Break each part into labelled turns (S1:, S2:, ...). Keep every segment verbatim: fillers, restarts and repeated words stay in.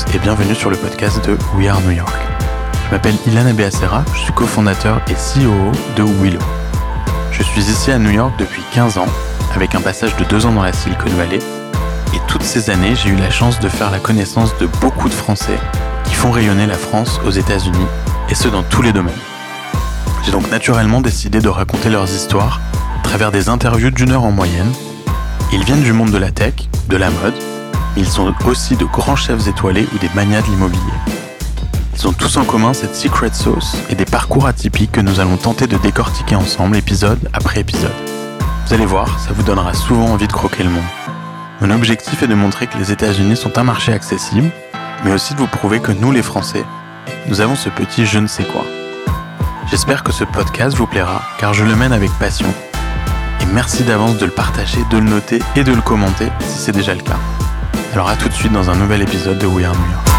S1: tous et bienvenue sur le podcast de We Are New York. Je m'appelle Ilan Abeacera, je suis cofondateur et C E O de Willow. Je suis ici à New York depuis quinze ans, avec un passage de deux ans dans la Silicon Valley, et toutes ces années, j'ai eu la chance de faire la connaissance de beaucoup de Français qui font rayonner la France aux États-Unis, et ce dans tous les domaines. J'ai donc naturellement décidé de raconter leurs histoires à travers des interviews d'une heure en moyenne. Ils viennent du monde de la tech, de la mode, mais ils sont aussi de grands chefs étoilés ou des magnats de l'immobilier. Ils ont tous en commun cette secret sauce et des parcours atypiques que nous allons tenter de décortiquer ensemble épisode après épisode. Vous allez voir, ça vous donnera souvent envie de croquer le monde. Mon objectif est de montrer que les États-Unis sont un marché accessible, mais aussi de vous prouver que nous les Français, nous avons ce petit je ne sais quoi. J'espère que ce podcast vous plaira, car je le mène avec passion. Et merci d'avance de le partager, de le noter et de le commenter si c'est déjà le cas. Alors à tout de suite dans un nouvel épisode de We Are New York.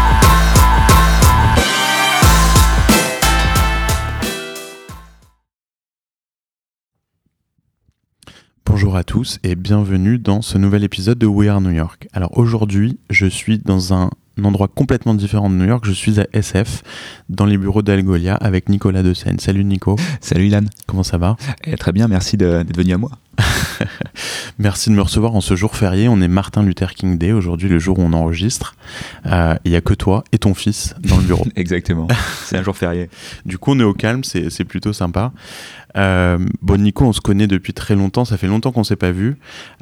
S1: Bonjour à tous et bienvenue dans ce nouvel épisode de We Are New York. Alors aujourd'hui, je suis dans un endroit complètement différent de New York. Je suis à S F, dans les bureaux d'Algolia avec Nicolas Decène. Salut Nico.
S2: Salut Ilan.
S1: Comment ça va ?
S2: Eh, Très bien, merci de, d'être venu à moi.
S1: Merci de me recevoir en ce jour férié. On est Martin Luther King Day, aujourd'hui le jour où on enregistre. Il euh, n'y a que toi et ton fils dans le bureau.
S2: Exactement, c'est un jour férié.
S1: Du coup on est au calme, c'est, c'est plutôt sympa. Euh, bon Nico, on se connaît depuis très longtemps, ça fait longtemps qu'on ne s'est pas vu.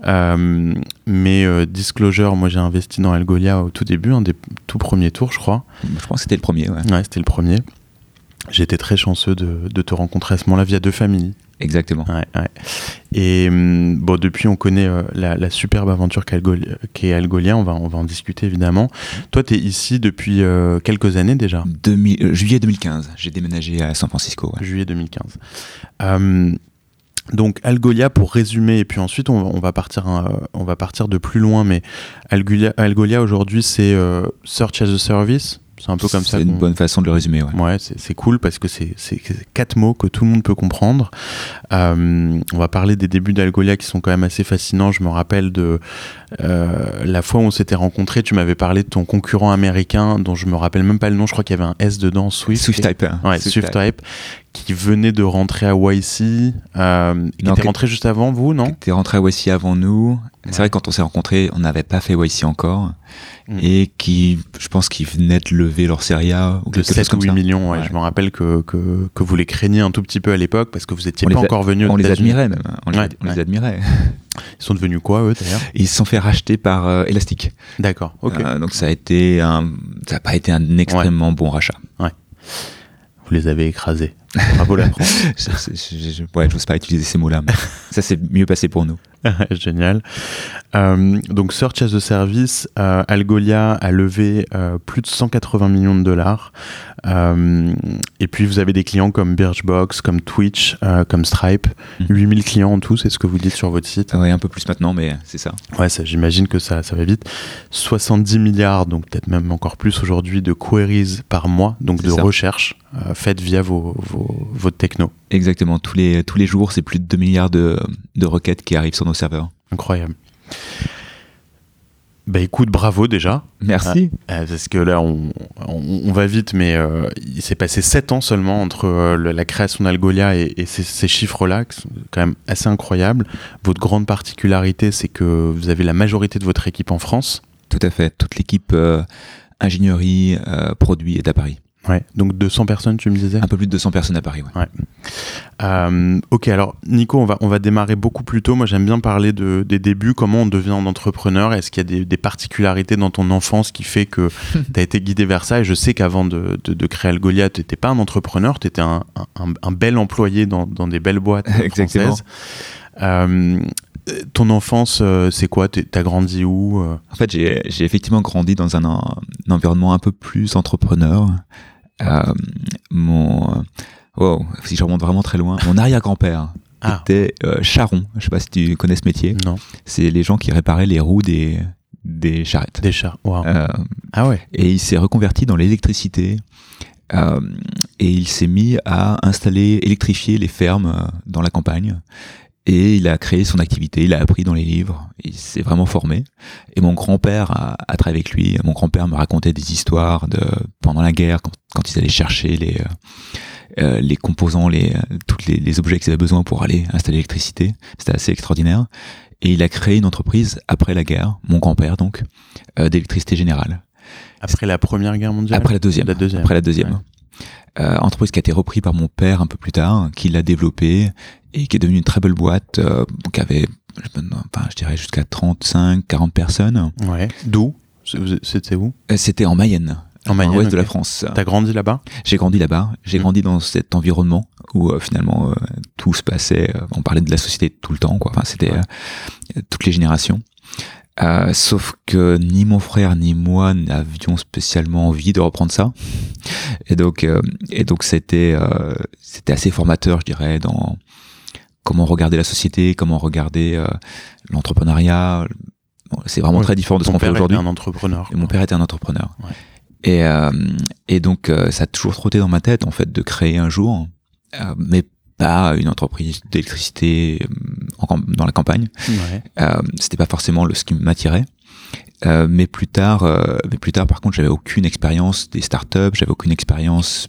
S1: Euh, mais euh, disclosure, moi j'ai investi dans Algolia au tout début, un des tout premiers tours je crois.
S2: Je pense que c'était le premier, ouais.
S1: Ouais, c'était le premier. J'ai été très chanceux de, de te rencontrer à ce moment-là via deux familles.
S2: Exactement.
S1: Ouais, ouais. Et bon, depuis, on connaît euh, la, la superbe aventure qu'est Algolia, qu'est Algolia. On va, on va en discuter évidemment. Toi, tu es ici depuis euh, quelques années déjà.
S2: deux mille, euh, juillet deux mille quinze, j'ai déménagé à San Francisco. Ouais.
S1: Juillet deux mille quinze. Euh, donc Algolia, pour résumer, et puis ensuite on, on, va partir, hein, on va partir de plus loin, mais Algolia, Algolia aujourd'hui, c'est euh, Search as a Service. C'est un peu comme
S2: c'est
S1: ça.
S2: C'est une
S1: qu'on...
S2: bonne façon de le résumer. Ouais,
S1: ouais c'est, c'est cool parce que c'est, c'est, c'est quatre mots que tout le monde peut comprendre. Euh, on va parler des débuts d'Algolia qui sont quand même assez fascinants. Je me rappelle de euh, la fois où on s'était rencontrés, tu m'avais parlé de ton concurrent américain dont je me rappelle même pas le nom. Je crois qu'il y avait un S dedans, Swift.
S2: SwiftType. Hein.
S1: Ouais, SwiftType, qui venait de rentrer à Y C. Euh, qui
S2: non,
S1: était rentré juste avant vous, non ?
S2: Qui était rentré à Y C avant nous. C'est
S1: ouais.
S2: vrai que quand on s'est rencontrés, on n'avait pas fait Y C encore. Mmh. Et qui, je pense qu'ils venaient de lever leur série A ou
S1: de sept ou huit millions, ouais. Ouais. Je me rappelle que, que, que vous les craigniez un tout petit peu à l'époque parce que vous n'étiez pas a, encore venus.
S2: On les admirait même, on,
S1: ouais,
S2: les, on
S1: ouais.
S2: les admirait.
S1: Ils sont devenus quoi eux d'ailleurs ?
S2: Ils se sont fait racheter par euh, Elastic.
S1: D'accord, ok.
S2: Euh, donc ça a été un, ça n'a pas été un extrêmement ouais. bon rachat.
S1: Ouais. Vous les avez écrasés. Bravo la France.
S2: je, je, je, ouais, j'ose pas utiliser ces mots-là, mais ça s'est mieux passé pour nous.
S1: Génial. Euh, donc Search as a Service, euh, Algolia a levé euh, plus de cent quatre-vingts millions de dollars. Euh, et puis vous avez des clients comme Birchbox, comme Twitch, euh, comme Stripe. Mmh. huit mille clients en tout, c'est ce que vous dites sur votre site.
S2: Oui, un peu plus maintenant, mais c'est ça.
S1: Ouais, ça, j'imagine que ça, ça va vite. soixante-dix milliards, donc peut-être même encore plus aujourd'hui, de queries par mois, donc c'est de ça. Recherche euh, faites via vos, vos, votre techno.
S2: Exactement. Tous les, tous les jours, c'est plus de deux milliards de, de requêtes qui arrivent sur nos serveurs.
S1: Incroyable. Bah écoute, bravo déjà.
S2: Merci.
S1: Euh, parce que là, on, on, on va vite, mais euh, il s'est passé sept ans seulement entre euh, le, la création d'Algolia et, et ces, ces chiffres-là, qui sont quand même assez incroyables. Votre grande particularité, c'est que vous avez la majorité de votre équipe en France.
S2: Tout à fait. Toute l'équipe euh, ingénierie, euh, produit est à Paris.
S1: Ouais, donc deux cents personnes, tu me disais ?
S2: Un peu plus de deux cents personnes à Paris, ouais.
S1: ouais. Euh, ok, alors Nico, on va, on va démarrer beaucoup plus tôt. Moi, j'aime bien parler de, des débuts, comment on devient un entrepreneur. Est-ce qu'il y a des, des particularités dans ton enfance qui fait que tu as été guidé vers ça ? Et je sais qu'avant de, de, de créer Algolia, tu n'étais pas un entrepreneur, tu étais un, un, un bel employé dans, dans des belles boîtes françaises. Euh, ton enfance, euh, c'est quoi ? T'as grandi où ?
S2: En fait, j'ai, j'ai effectivement grandi dans un, un environnement un peu plus entrepreneur. Euh, mon, wow, si je remonte vraiment très loin, mon arrière-grand-père ah. était euh, charron. Je sais pas si tu connais ce métier.
S1: Non.
S2: C'est les gens qui réparaient les roues des, des charrettes.
S1: Des chars, wow.
S2: Euh,
S1: ah ouais.
S2: Et il s'est reconverti dans l'électricité. Euh, et il s'est mis à installer, électrifier les fermes euh, dans la campagne. Et il a créé son activité, il a appris dans les livres, il s'est vraiment formé. Et mon grand-père a, a travaillé avec lui. Mon grand-père me racontait des histoires de pendant la guerre, quand, quand ils allaient chercher les euh, les composants, les tous les, les objets qu'ils avaient besoin pour aller installer l'électricité. C'était assez extraordinaire. Et il a créé une entreprise après la guerre, mon grand-père donc, euh, d'électricité générale.
S1: Après la Première Guerre mondiale.
S2: Après la deuxième.
S1: La deuxième.
S2: Après la deuxième.
S1: Ouais.
S2: Euh, entreprise qui a été reprise par mon père un peu plus tard, qui l'a développée et qui est devenue une très belle boîte, euh, qui avait, enfin, je dirais jusqu'à trente-cinq, quarante personnes.
S1: Ouais. D'où ? C'était où ?
S2: C'était en Mayenne.
S1: En Mayenne,
S2: en ouest
S1: okay.
S2: de la France.
S1: T'as grandi là-bas ?
S2: J'ai grandi là-bas. J'ai mmh. grandi dans cet environnement où euh, finalement euh, tout se passait. Euh, on parlait de la société tout le temps, quoi. Enfin, c'était ouais. euh, toutes les générations. Euh, sauf que ni mon frère ni moi n'avions spécialement envie de reprendre ça, et donc euh, et donc c'était euh, c'était assez formateur, je dirais, dans comment regarder la société, comment regarder euh, l'entrepreneuriat. Bon, c'est vraiment ouais. très différent de ce qu'on fait aujourd'hui.
S1: Mon père était un entrepreneur.
S2: Et mon père était un entrepreneur.
S1: Ouais.
S2: Et euh, et donc euh, ça a toujours trotté dans ma tête en fait de créer un jour, euh, mais pas une entreprise d'électricité en, dans la campagne.
S1: Ouais.
S2: Euh, c'était pas forcément le, ce qui m'attirait. Euh, mais plus tard, euh, mais plus tard, par contre, j'avais aucune expérience des startups, j'avais aucune expérience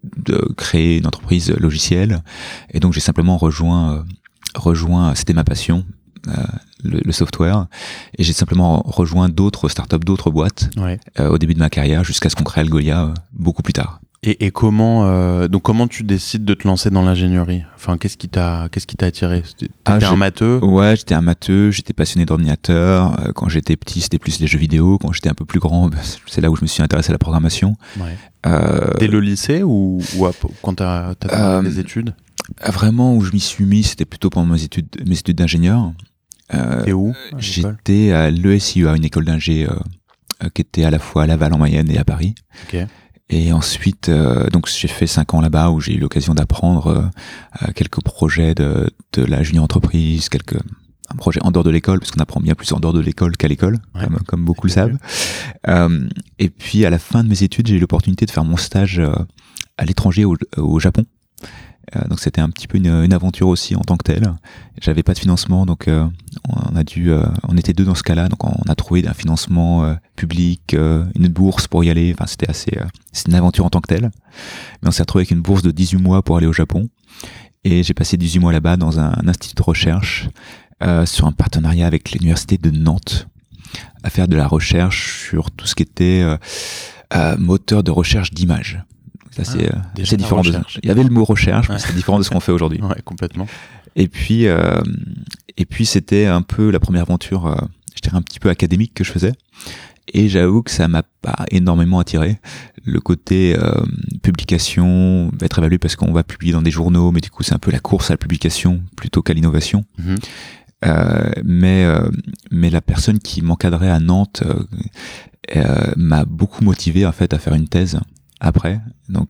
S2: de créer une entreprise logicielle, et donc j'ai simplement rejoint, euh, rejoint, c'était ma passion, euh, le, le software, et j'ai simplement rejoint d'autres startups, d'autres boîtes
S1: ouais.
S2: euh, au début de ma carrière, jusqu'à ce qu'on crée Algolia euh, beaucoup plus tard.
S1: Et, et comment euh, donc comment tu décides de te lancer dans l'ingénierie ? Enfin, qu'est-ce qui t'a qu'est-ce qui t'a attiré ? T'étais ah, un matheux ?
S2: Ouais, j'étais un matheux. J'étais passionné d'ordinateur. Quand j'étais petit, c'était plus les jeux vidéo. Quand j'étais un peu plus grand, c'est là où je me suis intéressé à la programmation.
S1: Ouais.
S2: Euh,
S1: Dès le lycée ou, ou à, quand t'as t'as fait euh, des études ?
S2: Vraiment, où je m'y suis mis, c'était plutôt pendant mes études mes études d'ingénieur.
S1: Euh, T'es où ?
S2: J'étais à l'E S I U A, une école d'ingé euh, qui était à la fois à Laval en Mayenne et à Paris.
S1: Ok.
S2: Et ensuite, euh, donc j'ai fait cinq ans là-bas où j'ai eu l'occasion d'apprendre euh, quelques projets de, de la junior entreprise, quelques un projet en dehors de l'école, parce qu'on apprend bien plus en dehors de l'école qu'à l'école, ouais, comme, comme beaucoup le savent. Euh, et puis à la fin de mes études, j'ai eu l'opportunité de faire mon stage euh, à l'étranger au, au Japon. Euh, donc c'était un petit peu une, une aventure aussi en tant que telle. J'avais pas de financement, donc euh, on a dû, euh, on était deux dans ce cas-là, donc on a trouvé un financement euh, public, euh, une bourse pour y aller. Enfin c'était assez, euh, c'est une aventure en tant que telle. Mais on s'est retrouvé avec une bourse de dix-huit mois pour aller au Japon, et j'ai passé dix-huit mois là-bas dans un, un institut de recherche euh, sur un partenariat avec l'université de Nantes, à faire de la recherche sur tout ce qui était euh, euh, moteur de recherche d'images. Ça, c'est, ah, c'est différent de, il y avait le mot recherche, ouais. mais c'est différent de ce qu'on fait aujourd'hui.
S1: Ouais, complètement.
S2: Et puis, euh, et puis c'était un peu la première aventure, euh, je dirais un petit peu académique que je faisais. Et j'avoue que ça m'a pas énormément attiré. Le côté euh, publication, être évalué parce qu'on va publier dans des journaux, mais du coup c'est un peu la course à la publication plutôt qu'à l'innovation. Mm-hmm. Euh, mais euh, mais la personne qui m'encadrait à Nantes euh, euh, m'a beaucoup motivé en fait à faire une thèse après. Donc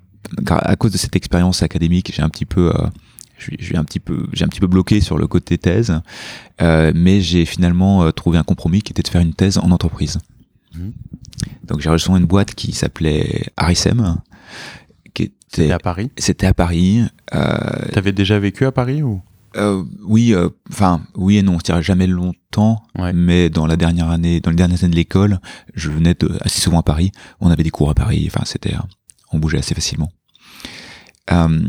S2: à cause de cette expérience académique, j'ai un petit peu euh, je suis un petit peu j'ai un petit peu bloqué sur le côté thèse, euh, mais j'ai finalement euh, trouvé un compromis qui était de faire une thèse en entreprise. Mmh. Donc j'ai rejoint une boîte qui s'appelait Arisem, qui était
S1: c'était à Paris.
S2: C'était à Paris. Euh,
S1: T'avais déjà vécu à Paris ou?
S2: Euh, oui, enfin euh, oui et non, je dirais jamais longtemps, ouais. mais dans la dernière année, dans les dernières années de l'école, je venais de, assez souvent à Paris. On avait des cours à Paris, enfin c'était, on bougeait assez facilement. Euh,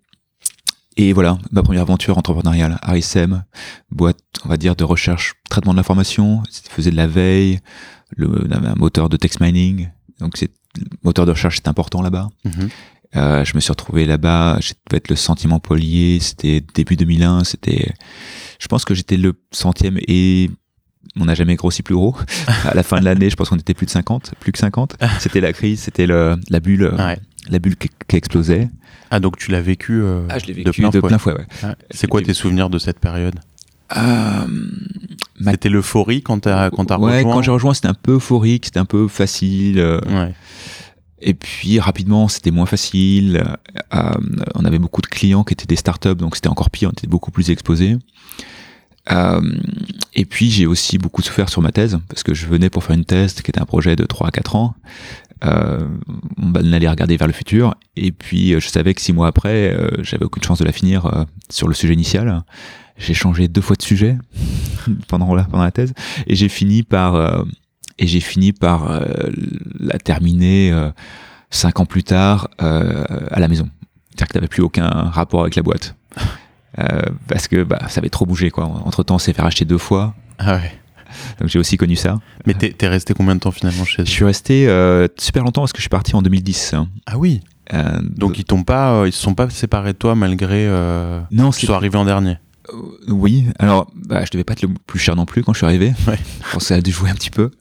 S2: et voilà, ma première aventure entrepreneuriale, Arisem, boîte, on va dire, de recherche, traitement de l'information, faisait de la veille, le un moteur de text mining, donc c'est moteur de recherche, c'est important là-bas. Mm-hmm. Euh, je me suis retrouvé là-bas, j'ai devait être le centième employé, c'était début deux mille un, c'était, je pense que j'étais le centième et on n'a jamais grossi plus gros. À la fin de l'année, je pense qu'on était plus de cinquante, plus que cinquante. C'était la crise, c'était le, la bulle, ouais. la bulle qui, qui explosait.
S1: Ah, donc tu l'as vécu, euh,
S2: ah, je l'ai vécu de plein de fouet. Plein fouet ouais.
S1: Ah, c'est quoi tes souvenirs de cette période?
S2: Euh,
S1: ma... C'était l'euphorie quand t'as, quand t'as
S2: ouais,
S1: rejoint?
S2: Quand j'ai rejoint, c'était un peu euphorique, c'était un peu facile. Euh,
S1: ouais.
S2: Et puis rapidement, c'était moins facile. Euh, on avait beaucoup de clients qui étaient des startups, donc c'était encore pire, on était beaucoup plus exposés. Euh, et puis j'ai aussi beaucoup souffert sur ma thèse, parce que je venais pour faire une thèse qui était un projet de trois à quatre ans. Euh, on allait regarder vers le futur. Et puis, je savais que six mois après, euh, j'avais aucune chance de la finir euh, sur le sujet initial. J'ai changé deux fois de sujet pendant la, pendant la thèse. Et j'ai fini par, euh, et j'ai fini par euh, la terminer euh, cinq ans plus tard euh, à la maison. C'est-à-dire que t'avais plus aucun rapport avec la boîte. Euh, parce que bah, ça avait trop bougé, quoi. Entre-temps, on s'est fait racheter deux fois.
S1: Ah ouais.
S2: Donc j'ai aussi connu ça.
S1: Mais t'es, t'es resté combien de temps finalement chez eux ?
S2: Je suis resté euh, super longtemps parce que je suis parti en deux mille dix.
S1: Ah oui.
S2: Euh,
S1: Donc ils t'ont pas, euh, ils se sont pas séparés de toi malgré euh,
S2: non,
S1: qu'ils soient arrivés en dernier.
S2: Euh, oui. Alors, bah, je devais pas être le plus cher non plus quand je suis arrivé.
S1: Ouais.
S2: Je pense que ça a dû jouer un petit peu.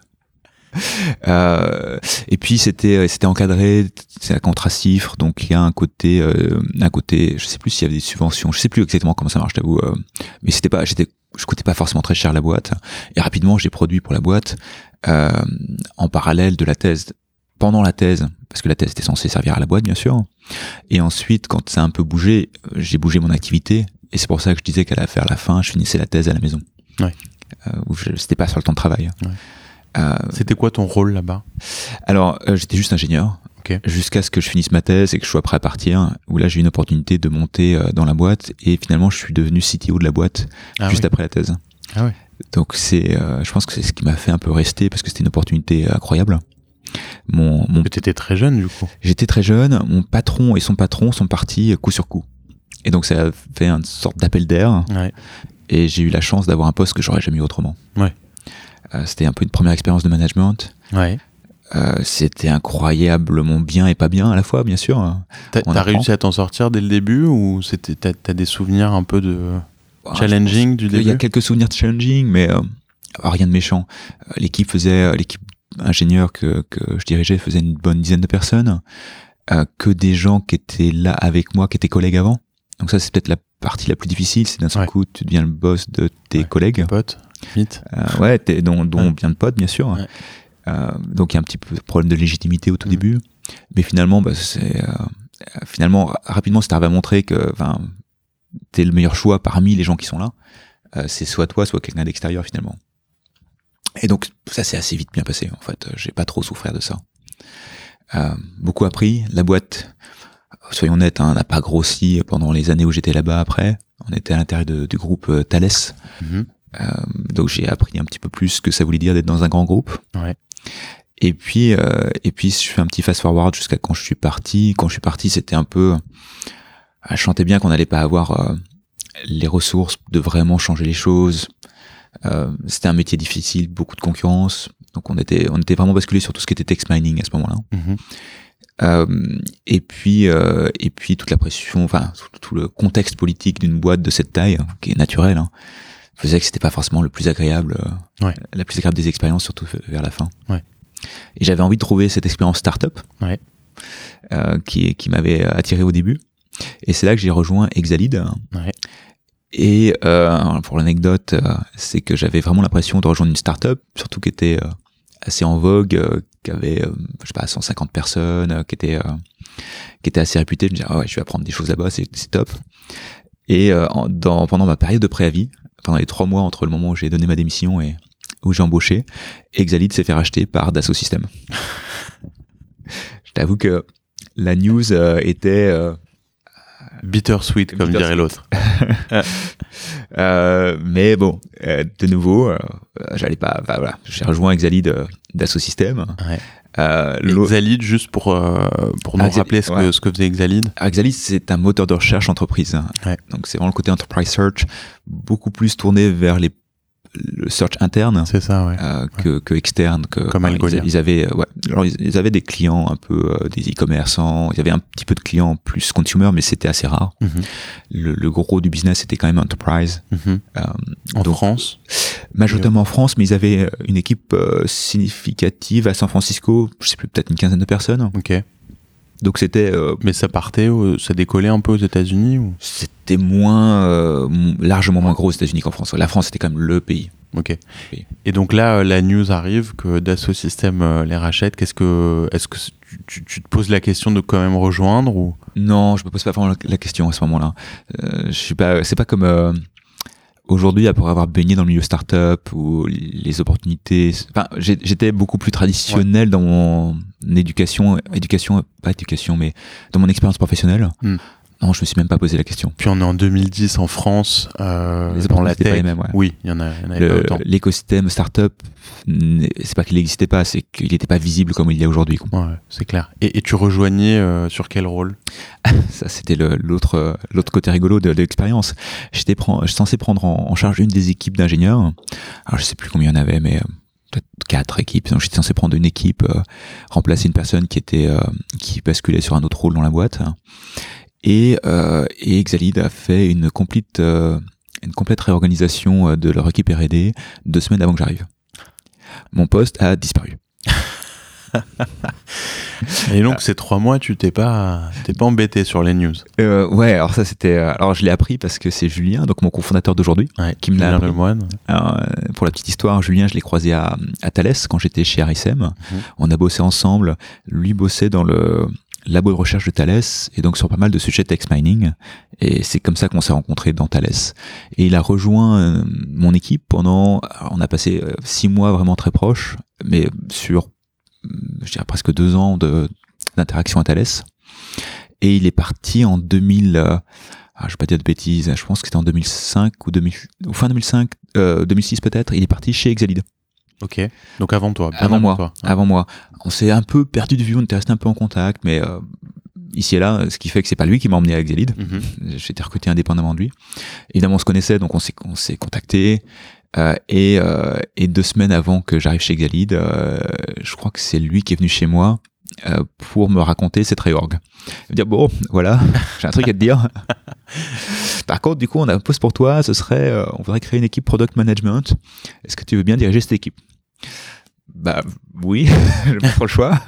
S2: Euh, et puis c'était c'était encadré, c'est un contrat cifre, donc il y a un côté euh, un côté, je sais plus s'il y avait des subventions, je sais plus exactement comment ça marche, je t'avoue, euh, mais c'était pas, j'étais, je coûtais pas forcément très cher la boîte. Et rapidement j'ai produit pour la boîte euh, en parallèle de la thèse, pendant la thèse, parce que la thèse était censée servir à la boîte bien sûr. Et ensuite quand ça a un peu bougé, j'ai bougé mon activité, et c'est pour ça que je disais qu'à la vers la fin, je finissais la thèse à la maison.
S1: Ouais.
S2: Euh, où je, c'était pas sur le temps de travail.
S1: Ouais.
S2: Euh,
S1: C'était quoi ton rôle là-bas ?
S2: Alors, euh, j'étais juste ingénieur,
S1: okay.
S2: jusqu'à ce que je finisse ma thèse et que je sois prêt à partir, où là j'ai eu une opportunité de monter euh, dans la boîte, et finalement je suis devenu C T O de la boîte ah juste oui. après la thèse.
S1: Ah ouais.
S2: Donc c'est, euh, je pense que c'est ce qui m'a fait un peu rester, parce que c'était une opportunité incroyable. Mon, mon...
S1: Mais t'étais très jeune du coup.
S2: J'étais très jeune, mon patron et son patron sont partis coup sur coup. Et donc ça a fait une sorte d'appel d'air,
S1: ouais.
S2: Et j'ai eu la chance d'avoir un poste que j'aurais jamais eu autrement.
S1: Ouais.
S2: Euh, c'était un peu une première expérience de management.
S1: Ouais.
S2: Euh, c'était incroyablement bien et pas bien à la fois, bien sûr.
S1: T'as, t'as réussi à t'en sortir dès le début, ou c'était, t'as, t'as des souvenirs un peu de wow, challenging du début ?
S2: Il y a quelques souvenirs de challenging, mais euh, rien de méchant. Euh, l'équipe faisait, l'équipe ingénieure que, que je dirigeais faisait une bonne dizaine de personnes, euh, que des gens qui étaient là avec moi, qui étaient collègues avant. Donc ça, c'est peut-être la partie la plus difficile, c'est d'un seul ouais. coup, tu deviens le boss de tes
S1: ouais.
S2: collègues.
S1: Potes, vite.
S2: Euh, ouais, t'es, dont, dont ouais. bien de potes, bien sûr. Ouais. Euh, donc il y a un petit peu de problème de légitimité au tout mmh. début, mais finalement, bah, c'est, euh, finalement rapidement, c'est arrivé à montrer que t'es le meilleur choix parmi les gens qui sont là. Euh, c'est soit toi, soit quelqu'un d'extérieur finalement. Et donc ça s'est assez vite bien passé en fait. J'ai pas trop souffert de ça. Euh, beaucoup appris. La boîte, soyons honnêtes, hein, n'a pas grossi pendant les années où j'étais là-bas. Après, on était à l'intérieur de, du groupe euh, Thales. Mmh. Euh, donc j'ai appris un petit peu plus ce que ça voulait dire d'être dans un grand groupe.
S1: Ouais.
S2: Et puis, euh, et puis je fais un petit fast forward jusqu'à quand je suis parti. Quand je suis parti, c'était un peu, je sentais bien qu'on n'allait pas avoir euh, les ressources de vraiment changer les choses. Euh, c'était un métier difficile, beaucoup de concurrence. Donc on était, on était vraiment basculé sur tout ce qui était text mining à ce moment-là. Mmh. Euh, et puis, euh, et puis toute la pression, enfin tout, tout le contexte politique d'une boîte de cette taille, hein, qui est naturel, hein, faisait que c'était pas forcément le plus agréable, euh,
S1: ouais.
S2: la plus agréable des expériences, surtout vers la fin.
S1: Ouais.
S2: Et j'avais envie de trouver cette expérience start-up,
S1: ouais.
S2: euh, qui, qui m'avait attiré au début. Et c'est là que j'ai rejoint Exalead.
S1: Ouais.
S2: Et euh, pour l'anecdote, euh, c'est que j'avais vraiment l'impression de rejoindre une start-up, surtout qui était euh, assez en vogue, euh, qui avait, euh, je sais pas, cent cinquante personnes, euh, qui était, euh, qui était assez réputée. Je me disais, ah ouais, je vais apprendre des choses là-bas, c'est, c'est top. Et euh, dans, pendant ma période de préavis, pendant les trois mois entre le moment où j'ai donné ma démission et où j'ai embauché, Exalead s'est fait racheter par Dassault Systèmes. Je t'avoue que la news euh, était euh,
S1: bittersweet, comme dirait l'autre.
S2: euh, mais bon, euh, de nouveau, euh, j'allais pas. Bah, voilà, j'ai rejoint Exalead euh, Dassault Systèmes.
S1: Ouais. Euh, Exalead, juste pour, euh, pour nous ah, rappeler ce, ouais. que, ce que faisait Exalead.
S2: Exalead, c'est un moteur de recherche entreprise.
S1: Ouais.
S2: Donc, c'est vraiment le côté enterprise search, beaucoup plus tourné vers les, le search interne.
S1: C'est ça, ouais.
S2: Euh, que, ouais. que externe. Que,
S1: Comme Algolia.
S2: Ils, ils avaient, ouais. Alors, ils, ils avaient des clients un peu, euh, des e-commerçants. Il y avait un petit peu de clients plus consumer, mais c'était assez rare. Mm-hmm. Le, le gros du business, c'était quand même enterprise.
S1: Mm-hmm. Euh, en donc, France?
S2: Majoritairement en France, mais ils avaient une équipe euh, significative à San Francisco, je sais plus, peut-être une quinzaine de personnes.
S1: Ok.
S2: Donc c'était. Euh,
S1: mais ça partait, euh, ça décollait un peu aux États-Unis ou?
S2: C'était moins, euh, largement moins gros aux États-Unis qu'en France. La France, c'était quand même le pays.
S1: Ok. Oui. Et donc là, la news arrive que Dassault Systèmes euh, les rachète. Qu'est-ce que, est-ce que tu, tu te poses la question de quand même rejoindre ou?
S2: Non, je me pose pas vraiment la question à ce moment-là. Euh, je suis pas, c'est pas comme. Euh, aujourd'hui, après avoir baigné dans le milieu startup ou les opportunités, enfin, j'étais beaucoup plus traditionnel ouais. dans mon éducation, éducation, pas éducation, mais dans mon expérience professionnelle. Mm. Non, je me suis même pas posé la question.
S1: Puis on est en deux mille dix en France, euh,
S2: les dans la tech. Pas les mêmes, ouais.
S1: Oui, il y en a, il y en avait
S2: le,
S1: pas autant.
S2: L'écosystème startup, c'est pas qu'il n'existait pas, c'est qu'il n'était pas visible comme il l'est aujourd'hui.
S1: Ouais, c'est clair. Et, et tu rejoignais euh, sur quel rôle?
S2: Ça, c'était le, l'autre, l'autre côté rigolo de, de l'expérience. J'étais, prend, j'étais censé prendre en, en charge une des équipes d'ingénieurs. Alors, je sais plus combien il y en avait, mais euh, peut-être quatre équipes. Donc, j'étais censé prendre une équipe, euh, remplacer une personne qui était, euh, qui basculait sur un autre rôle dans la boîte. Et, euh, et Exalead a fait une complète, euh, une complète réorganisation de leur équipe R et D deux semaines avant que j'arrive. Mon poste a disparu.
S1: Et donc ces trois mois, tu t'es pas, t'es pas embêté sur les news.
S2: Euh, ouais, alors ça c'était, alors je l'ai appris parce que c'est Julien, donc mon cofondateur d'aujourd'hui,
S1: ouais,
S2: qui me l'a appris.
S1: Lemoine.
S2: Alors, pour la petite histoire, Julien, je l'ai croisé à, à Thales quand j'étais chez R S M. Mm-hmm. On a bossé ensemble. Lui bossait dans le labo de recherche de Thales et donc sur pas mal de sujets de text mining, et c'est comme ça qu'on s'est rencontrés dans Thales. Et il a rejoint euh, mon équipe pendant, on a passé euh, six mois vraiment très proches, mais sur je dirais presque deux ans de d'interaction à Thales. Et il est parti en deux mille, euh, ah, je vais pas dire de bêtises, je pense que c'était en deux mille cinq ou deux mille, ou fin deux mille cinq, euh, deux mille six peut-être. Il est parti chez Exalead.
S1: Ok, donc avant toi.
S2: Avant, avant moi,
S1: toi.
S2: avant moi. On s'est un peu perdu de vue, on était resté un peu en contact, mais euh, ici et là, ce qui fait que c'est pas lui qui m'a emmené à Exalead. Mm-hmm. J'ai été recruté indépendamment de lui. Évidemment, on se connaissait, donc on s'est, on s'est contacté. Euh, et, euh, et deux semaines avant que j'arrive chez Exalead, euh, je crois que c'est lui qui est venu chez moi euh, pour me raconter cette réorg. Il me dire bon, voilà, j'ai un truc à te dire. Par contre, du coup, on a un poste pour toi. Ce serait, euh, on voudrait créer une équipe product management. Est-ce que tu veux bien diriger cette équipe? Bah oui, j'ai pas trop le choix.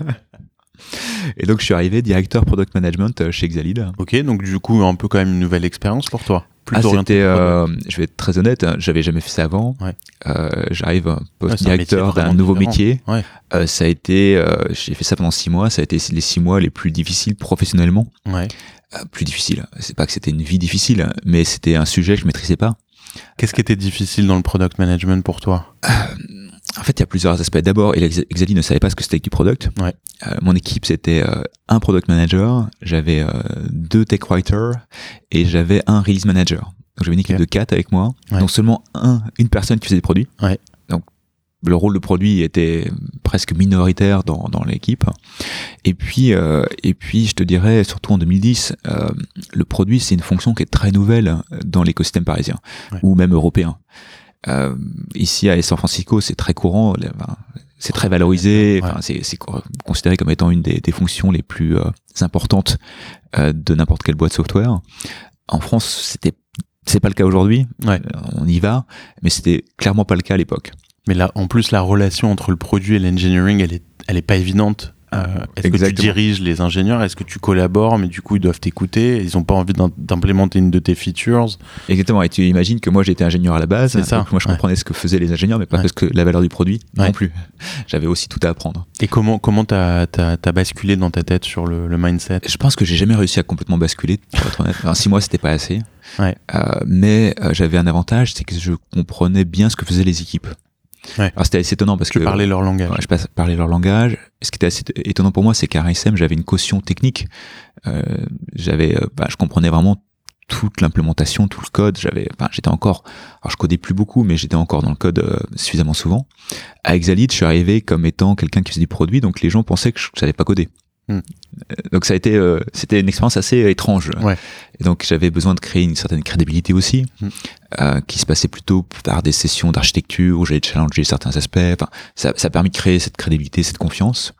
S2: Et donc je suis arrivé directeur product management chez Exalead.
S1: Ok, donc du coup un peu quand même une nouvelle expérience pour toi.
S2: Ah, c'était, euh, je vais être très honnête, hein, j'avais jamais fait ça avant. Ouais. Euh, j'arrive un poste ouais, directeur d'un nouveau différent. métier. Ouais. Euh, ça a été, euh, j'ai fait ça pendant six mois. Ça a été les six mois les plus difficiles professionnellement. Ouais. Euh, plus difficile. C'est pas que c'était une vie difficile, mais c'était un sujet que je maîtrisais pas.
S1: Qu'est-ce qui était difficile dans le product management pour toi?
S2: euh, En fait, il y a plusieurs aspects. D'abord, Exalead ne savait pas ce que c'était que du product. Ouais. Euh, mon équipe, c'était euh, un product manager, j'avais euh, deux tech writers et j'avais un release manager. Donc j'avais une équipe okay. de quatre avec moi. Ouais. Donc seulement un, une personne qui faisait des produits. Ouais. Donc le rôle de produit était presque minoritaire dans, dans l'équipe. Et puis, euh, et puis, je te dirais, surtout en deux mille dix, euh, le produit, c'est une fonction qui est très nouvelle dans l'écosystème parisien ouais. ou même européen. Euh, ici à San Francisco, c'est très courant, c'est très valorisé, ouais. enfin, c'est, c'est considéré comme étant une des, des fonctions les plus euh, importantes euh, de n'importe quelle boîte software. En France, c'était, c'est pas le cas aujourd'hui. Ouais. On y va, mais c'était clairement pas le cas à l'époque.
S1: Mais là, en plus, la relation entre le produit et l'engineering, elle est, elle est pas évidente. Euh, est-ce Exactement. que tu diriges les ingénieurs? Est-ce que tu collabores, mais du coup ils doivent t'écouter? Ils n'ont pas envie d'implémenter une de tes features?
S2: Exactement. Et tu imagines que moi j'étais ingénieur à la base.
S1: C'est ça.
S2: Donc moi je
S1: ouais.
S2: comprenais ce que faisaient les ingénieurs, mais pas ouais. parce que la valeur du produit ouais. non plus. J'avais aussi tout à apprendre.
S1: Et comment comment t'as t'as, t'as basculé dans ta tête sur le, le mindset?
S2: Je pense que j'ai jamais réussi à complètement basculer, pour être honnête. Enfin, six mois c'était pas assez. Ouais. Euh, mais euh, j'avais un avantage, c'est que je comprenais bien ce que faisaient les équipes. Ouais. Alors c'était assez étonnant parce
S1: tu
S2: que
S1: parlais leur langage.
S2: Ouais, je parlais leur langage. Ce qui était assez étonnant pour moi, c'est qu'à R S M, j'avais une caution technique. Euh, j'avais, bah, je comprenais vraiment toute l'implémentation, tout le code. J'avais, enfin, j'étais encore, alors je codais plus beaucoup, mais j'étais encore dans le code euh, suffisamment souvent. À Exalead, je suis arrivé comme étant quelqu'un qui faisait du produit, donc les gens pensaient que je, que je savais pas coder. Hmm. Donc ça a été, euh, c'était une expérience assez étrange. Ouais. Et donc j'avais besoin de créer une certaine crédibilité aussi, hmm. euh, qui se passait plutôt par des sessions d'architecture où j'allais challenger certains aspects. Enfin, ça, ça a permis de créer cette crédibilité, cette confiance.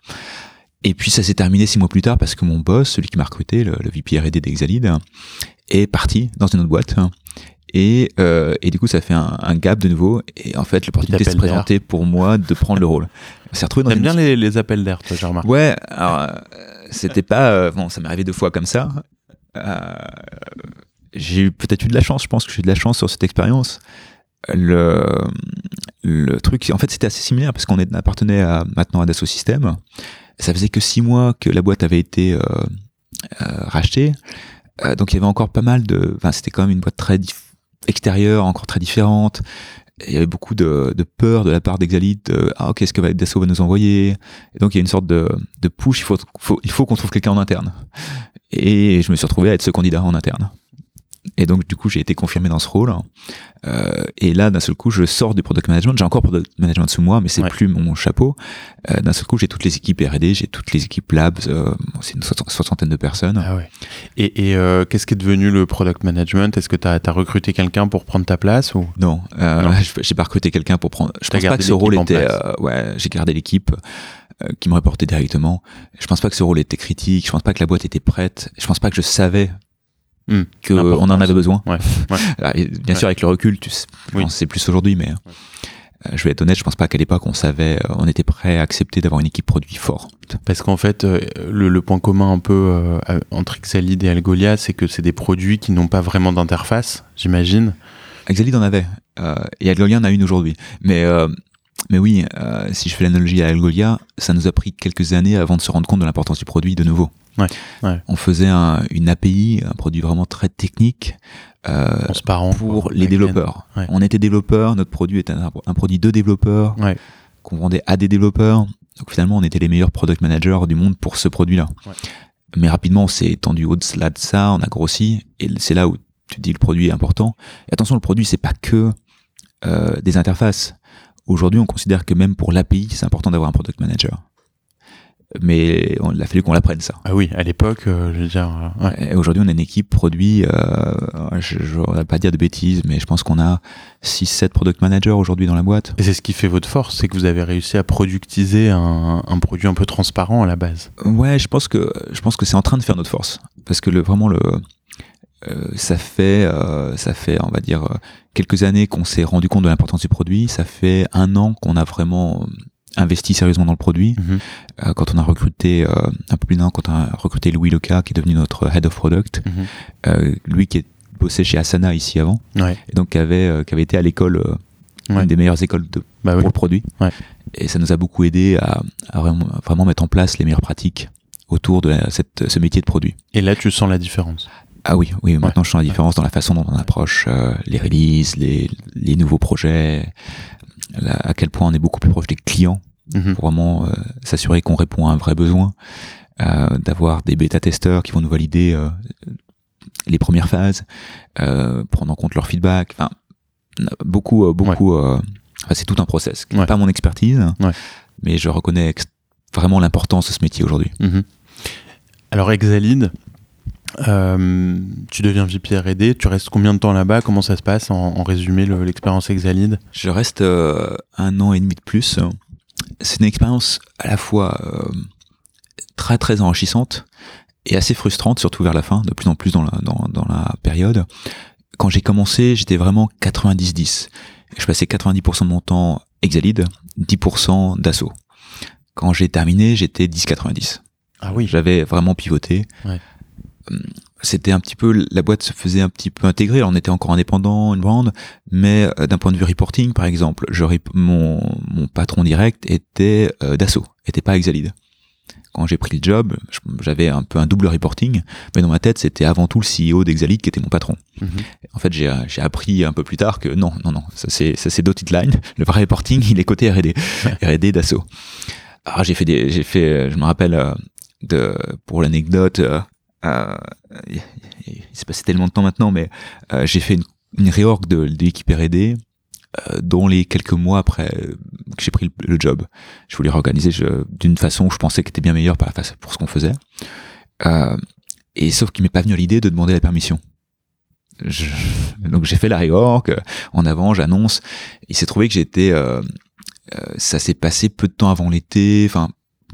S2: Et puis ça s'est terminé six mois plus tard parce que mon boss, celui qui m'a recruté, le, le V P R et D d'Exalead, est parti dans une autre boîte. Et, euh, et du coup, ça fait un, un gap de nouveau. Et en fait, l'opportunité s'est présentée pour moi de prendre le rôle. On s'est retrouvé dans
S1: T'aimes
S2: une...
S1: bien les, les appels d'air, toi, j'ai remarqué.
S2: Ouais, alors, euh, c'était pas... Euh, bon, ça m'est arrivé deux fois comme ça. Euh, j'ai eu, peut-être eu de la chance, je pense que j'ai eu de la chance sur cette expérience. Le, le truc, en fait, c'était assez similaire parce qu'on est, appartenait à, maintenant à Dassault Systèmes. Ça faisait que six mois que la boîte avait été euh, euh, rachetée. Euh, donc, il y avait encore pas mal de... Enfin, c'était quand même une boîte très... Dif- extérieure, encore très différente. Il y avait beaucoup de, de peur de la part d'Exalid. De, ah, qu'est-ce que Dassault va nous envoyer? Et donc, il y a une sorte de, de push. Il faut, faut, il faut qu'on trouve quelqu'un en interne. Et je me suis retrouvé à être ce candidat en interne. Et donc, du coup, j'ai été confirmé dans ce rôle. Euh, et là, d'un seul coup, je sors du product management. J'ai encore product management sous moi, mais c'est ouais. plus mon chapeau. Euh, d'un seul coup, j'ai toutes les équipes R et D, j'ai toutes les équipes labs. Euh, c'est une soixantaine de personnes.
S1: Ah ouais. Et, et euh, qu'est-ce qui est devenu le product management? Est-ce que tu as recruté quelqu'un pour prendre ta place ou
S2: Non, euh, non. j'ai pas recruté quelqu'un pour prendre. Je pense pas que ce rôle était. Euh, ouais, j'ai gardé l'équipe euh, qui me reportait directement. Je pense pas que ce rôle était critique. Je pense pas que la boîte était prête. Je pense pas que je savais. Mmh, qu'on en avait besoin. Ouais, ouais. Et bien ouais. sûr, avec le recul, tu sais, oui. c'est plus aujourd'hui, mais ouais. euh, je vais être honnête, je pense pas qu'à l'époque, on savait, euh, on était prêt à accepter d'avoir une équipe produit forte.
S1: Parce qu'en fait, euh, le, le point commun un peu euh, entre Exalid et Algolia, c'est que c'est des produits qui n'ont pas vraiment d'interface, j'imagine.
S2: Exalid en avait, euh, et Algolia en a une aujourd'hui. Mais, euh, mais oui, euh, si je fais l'analogie à Algolia, ça nous a pris quelques années avant de se rendre compte de l'importance du produit de nouveau.
S1: Ouais, ouais.
S2: On faisait un, une A P I, un produit vraiment très technique euh,
S1: transparent
S2: pour les développeurs. Ouais. On était développeurs, notre produit était un, un produit de développeurs ouais. qu'on vendait à des développeurs. Donc finalement, on était les meilleurs product managers du monde pour ce produit-là. Ouais. Mais rapidement, on s'est étendu au-delà de ça, on a grossi, et c'est là où tu te dis le produit est important. Et attention, le produit, c'est pas que euh, des interfaces. Aujourd'hui, on considère que même pour l'A P I, c'est important d'avoir un product manager. Mais on, il a fallu qu'on l'apprenne, ça.
S1: Ah oui, à l'époque, euh, je veux dire... Euh, ouais.
S2: Aujourd'hui, on a une équipe produit, euh, je ne vais pas dire de bêtises, mais je pense qu'on a six sept product managers aujourd'hui dans la boîte.
S1: Et c'est ce qui fait votre force, c'est que vous avez réussi à productiser un, un produit un peu transparent à la base.
S2: Ouais, je pense que, je pense que c'est en train de faire notre force. Parce que le, vraiment, le, euh, ça, fait, euh, ça fait, on va dire, quelques années qu'on s'est rendu compte de l'importance du produit. Ça fait un an qu'on a vraiment... investi sérieusement dans le produit. Mmh. Euh, quand on a recruté, euh, un peu plus d'un an, quand on a recruté Louis Leca, qui est devenu notre Head of Product, mmh. euh, lui qui est bossé chez Asana ici avant, ouais. et donc qui avait, euh, qui avait été à l'école, euh, ouais. une des meilleures écoles de, bah, pour oui. le produit. Ouais. Et ça nous a beaucoup aidé à, à vraiment, vraiment mettre en place les meilleures pratiques autour de la, cette, ce métier de produit.
S1: Et là, tu sens la différence?
S2: Ah oui, oui. Maintenant, ouais. je sens la différence dans la façon dont on approche euh, les releases, les, les nouveaux projets, là, à quel point on est beaucoup plus proche des clients mmh. pour vraiment euh, s'assurer qu'on répond à un vrai besoin, euh, d'avoir des bêta-testeurs qui vont nous valider euh, les premières phases, euh, prendre en compte leur feedback. Enfin, beaucoup, euh, beaucoup. Ouais. Euh, enfin, c'est tout un process. C'est ouais. pas mon expertise, ouais. mais je reconnais ex- vraiment l'importance de ce métier aujourd'hui.
S1: Mmh. Alors, Exalid. Euh, tu deviens V P R et D, tu restes combien de temps là-bas? Comment ça se passe en, en résumé le, l'expérience Exalid?
S2: Je reste euh, un an et demi de plus. C'est une expérience à la fois euh, très très enrichissante et assez frustrante, surtout vers la fin, de plus en plus dans la, dans, dans la période. Quand j'ai commencé, j'étais vraiment quatre-vingt-dix dix. Je passais quatre-vingt-dix pour cent de mon temps Exalid, dix pour cent Dassault. Quand j'ai terminé, j'étais dix quatre-vingt-dix.
S1: Ah oui.
S2: J'avais vraiment pivoté. Ouais. C'était un petit peu, la boîte se faisait un petit peu intégrer. Alors on était encore indépendant, une brand, mais euh, d'un point de vue reporting, par exemple, je, mon, mon patron direct était euh, Dassault, était pas Exalid. Quand j'ai pris le job, j'avais un peu un double reporting, mais dans ma tête, c'était avant tout le C E O d'Exalid qui était mon patron. Mm-hmm. En fait, j'ai, j'ai appris un peu plus tard que non, non, non, ça c'est, ça c'est dotted line. Le vrai reporting, il est côté R et D, R et D Dassault. Alors j'ai fait des, j'ai fait, je me rappelle euh, de, pour l'anecdote. Euh, Euh, il s'est passé tellement de temps maintenant, mais euh, j'ai fait une, une réorg de, de l'équipe R et D euh, dont les quelques mois après euh, que j'ai pris le, le job. Je voulais réorganiser je, d'une façon où je pensais qu'elle était bien meilleure par la face pour ce qu'on faisait. Euh, et sauf qu'il m'est pas venu à l'idée de demander la permission. Je, donc j'ai fait la réorg, en avant, j'annonce. Il s'est trouvé que j'étais, euh, euh, ça s'est passé peu de temps avant l'été. Enfin,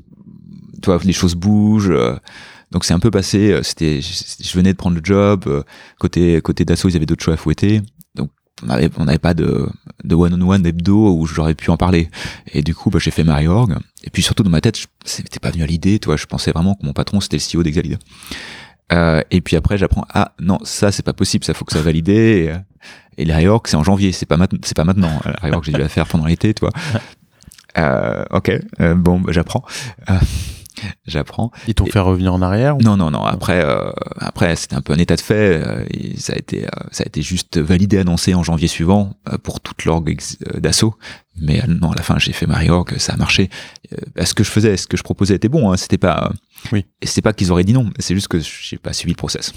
S2: tu vois, les choses bougent. Euh, Donc c'est un peu passé, c'était, je venais de prendre le job, côté, côté Dassault, ils avaient d'autres choix à fouetter. Donc on avait, on n'avait pas de, de one-on-one d'hebdo où j'aurais pu en parler. Et du coup, bah, j'ai fait ma réorg. Et puis surtout dans ma tête, je, c'était pas venu à l'idée, tu vois, je pensais vraiment que mon patron c'était le C E O d'Exalid. Euh, et puis après, j'apprends, ah non, ça c'est pas possible, ça faut que ça valide. Et, et la réorg, c'est en janvier, c'est pas, mat- c'est pas maintenant. La réorg, j'ai dû la faire pendant l'été, tu vois. Euh, ok, euh, bon, bah, j'apprends. Euh, J'apprends.
S1: Ils t'ont
S2: et...
S1: fait revenir en arrière ou...
S2: Non, non, non. Après, euh, après, c'était un peu un état de fait. Euh, et ça a été, euh, ça a été juste validé, annoncé en janvier suivant euh, pour toute l'org ex- euh, d'assaut. Mais euh, non, à la fin, j'ai fait ma reorg, ça a marché. Euh, ce que je faisais, ce que je proposais était bon. Hein, c'était pas, euh,
S1: oui.
S2: c'était pas qu'ils auraient dit non. C'est juste que j'ai pas suivi le process.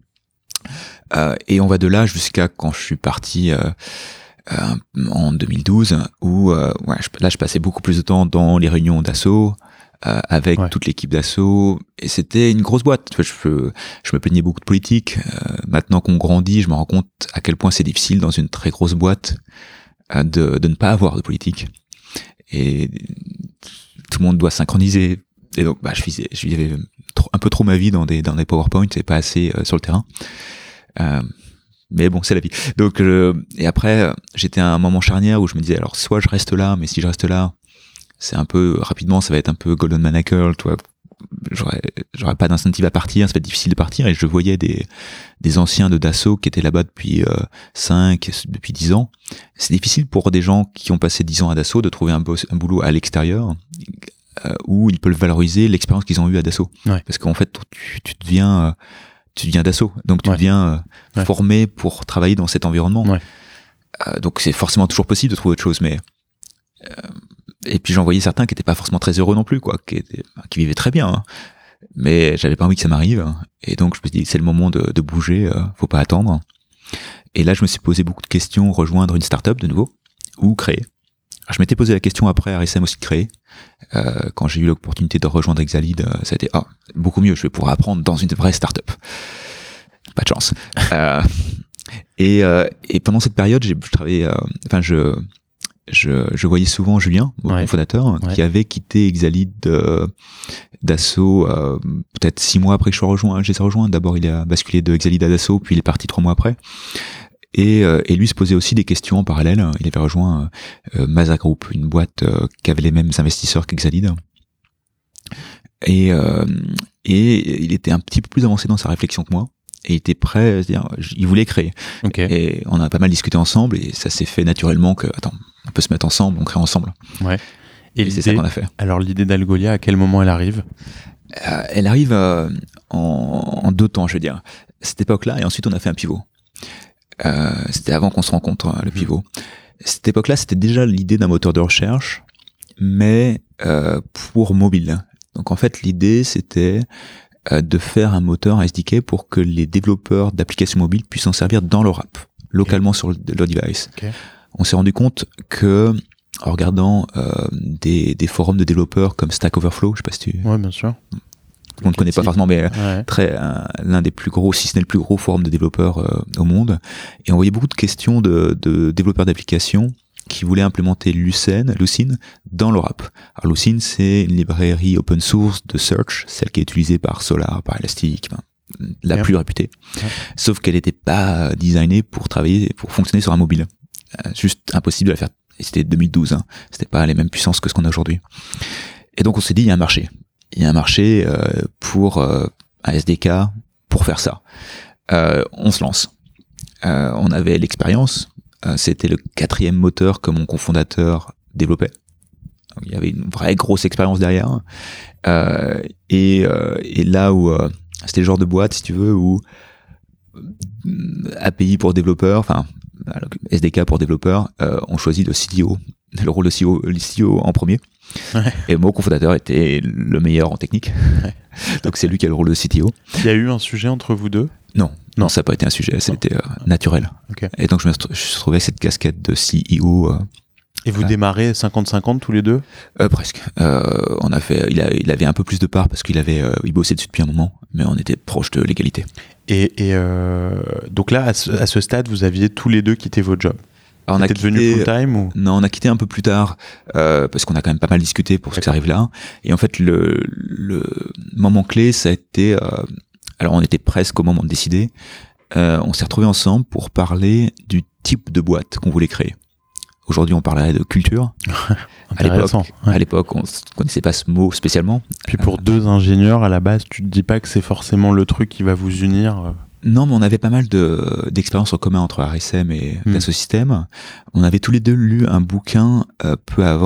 S2: Euh, et on va de là jusqu'à quand je suis parti. Euh, euh, en deux mille douze, où euh, ouais, je, là, je passais beaucoup plus de temps dans les réunions d'assaut. Euh, avec ouais. toute l'équipe d'assaut, et c'était une grosse boîte. Je, je, je me plaignais beaucoup de politique. Euh, maintenant qu'on grandit, je me rends compte à quel point c'est difficile dans une très grosse boîte euh, de, de ne pas avoir de politique. Et tout le monde doit synchroniser. Et donc, bah, je vivais, je vivais trop, un peu trop ma vie dans des dans des PowerPoint, et pas assez euh, sur le terrain. Euh, mais bon, c'est la vie. Donc, euh, et après, j'étais à un moment charnière où je me disais, alors soit je reste là, mais si je reste là, c'est un peu, rapidement, ça va être un peu Golden Manacle, toi, j'aurais, j'aurais pas d'incentive à partir, ça va être difficile de partir, et je voyais des, des anciens de Dassault qui étaient là-bas depuis euh, cinq, depuis dix ans. C'est difficile pour des gens qui ont passé dix ans à Dassault de trouver un, boss, un boulot à l'extérieur, euh, où ils peuvent valoriser l'expérience qu'ils ont eue à Dassault.
S1: Ouais.
S2: Parce qu'en fait, tu, tu deviens, euh, tu deviens Dassault, donc tu ouais. deviens euh, ouais. formé pour travailler dans cet environnement.
S1: Ouais.
S2: Euh, donc c'est forcément toujours possible de trouver autre chose, mais... Euh, et puis j'en voyais certains qui étaient pas forcément très heureux non plus, quoi, qui étaient, qui vivaient très bien, hein. Mais j'avais pas envie que ça m'arrive, et donc je me suis dit c'est le moment de, de bouger, euh, faut pas attendre. Et là je me suis posé beaucoup de questions, rejoindre une start-up de nouveau ou créer. Alors, je m'étais posé la question après à R S M aussi de créer. Euh, quand j'ai eu l'opportunité de rejoindre Exalead, ça a été ah beaucoup mieux, je vais pouvoir apprendre dans une vraie start-up. Pas de chance. euh, et, euh, et pendant cette période, j'ai travaillé, euh, enfin je Je, je voyais souvent Julien, mon ouais. fondateur, ouais. qui avait quitté Exalead euh, d'Assaut euh, peut-être six mois après que je sois rejoint. Je les ai rejoints. D'abord, il a basculé de Exalead à Dassault, puis il est parti trois mois après. Et, euh, et lui se posait aussi des questions en parallèle. Il avait rejoint euh, Mazar Group, une boîte euh, qui avait les mêmes investisseurs qu'Exalead. Et, euh, et il était un petit peu plus avancé dans sa réflexion que moi. Et il était prêt à se dire, il voulait créer.
S1: Okay.
S2: Et on a pas mal discuté ensemble, et ça s'est fait naturellement que, attends, on peut se mettre ensemble, on crée ensemble.
S1: Ouais.
S2: Et, et c'est ça qu'on a fait.
S1: Alors l'idée d'Algolia, à quel moment elle arrive ?
S2: euh, Elle arrive euh, en, en deux temps, je veux dire. Cette époque-là, et ensuite on a fait un pivot. Euh, c'était avant qu'on se rencontre, le pivot. Mmh. Cette époque-là, c'était déjà l'idée d'un moteur de recherche, mais euh, pour mobile. Donc en fait, l'idée, c'était de faire un moteur S D K pour que les développeurs d'applications mobiles puissent s'en servir dans leur app, localement okay. sur leur device. Okay. On s'est rendu compte que, en regardant euh, des, des forums de développeurs comme Stack Overflow, je sais pas si tu...
S1: Ouais, bien sûr.
S2: On ne connaît pas forcément, mais ouais. très, euh, l'un des plus gros, si ce n'est le plus gros forum de développeurs euh, au monde. Et on voyait beaucoup de questions de, de développeurs d'applications qui voulaient implémenter Lucene, Lucene dans leur app. Alors Lucene, c'est une librairie open source de search, celle qui est utilisée par Solar, par Elastic, ben, la yeah. plus réputée. Yeah. Sauf qu'elle n'était pas designée pour travailler, pour fonctionner sur un mobile. Euh, juste impossible de la faire. Et c'était deux mille douze, hein. C'était pas les mêmes puissances que ce qu'on a aujourd'hui. Et donc on s'est dit, il y a un marché. Il y a un marché euh, pour euh, un S D K pour faire ça. Euh, on se lance. Euh, on avait l'expérience. Euh, c'était le quatrième moteur que mon cofondateur développait. Donc, il y avait une vraie grosse expérience derrière. Euh, et, euh, et là où euh, c'était le genre de boîte, si tu veux, où A P I pour développeurs, enfin S D K pour développeurs, euh, on choisit le C T O, le rôle de C E O, le C E O en premier. Ouais. Et mon cofondateur était le meilleur en technique. Ouais. Donc c'est lui qui a le rôle de C T O.
S1: Il y a eu un sujet entre vous deux ?
S2: Non. Non, ça n'a pas été un sujet, c'était euh, naturel.
S1: Okay. Et
S2: donc je me je suis trouvé avec cette casquette de C E O. Euh,
S1: Et vous euh, démarrez cinquante cinquante tous les deux ?
S2: euh, Presque. Euh, on a fait, il, a, il avait un peu plus de part parce qu'il avait, euh, il bossait dessus depuis un moment, mais on était proche de l'égalité.
S1: Et, et euh, donc là, à ce, à ce stade, vous aviez tous les deux quitté votre job.
S2: Alors on a quitté,
S1: devenu full-time ou...
S2: Non, on a quitté un peu plus tard euh, parce qu'on a quand même pas mal discuté pour ce que ça arrive là. Et en fait, le, le moment clé, ça a été... Euh, alors on était presque au moment de décider. Euh, on s'est retrouvés ensemble pour parler du type de boîte qu'on voulait créer. Aujourd'hui, on parlerait de culture. à l'époque, ouais. à l'époque, on ne connaissait pas ce mot spécialement.
S1: Puis pour euh, deux ingénieurs, à la base, tu te dis pas que c'est forcément le truc qui va vous unir.
S2: Non, mais on avait pas mal de, d'expériences en commun entre R S M et mmh. Dassault Systèmes. On avait tous les deux lu un bouquin euh, peu avant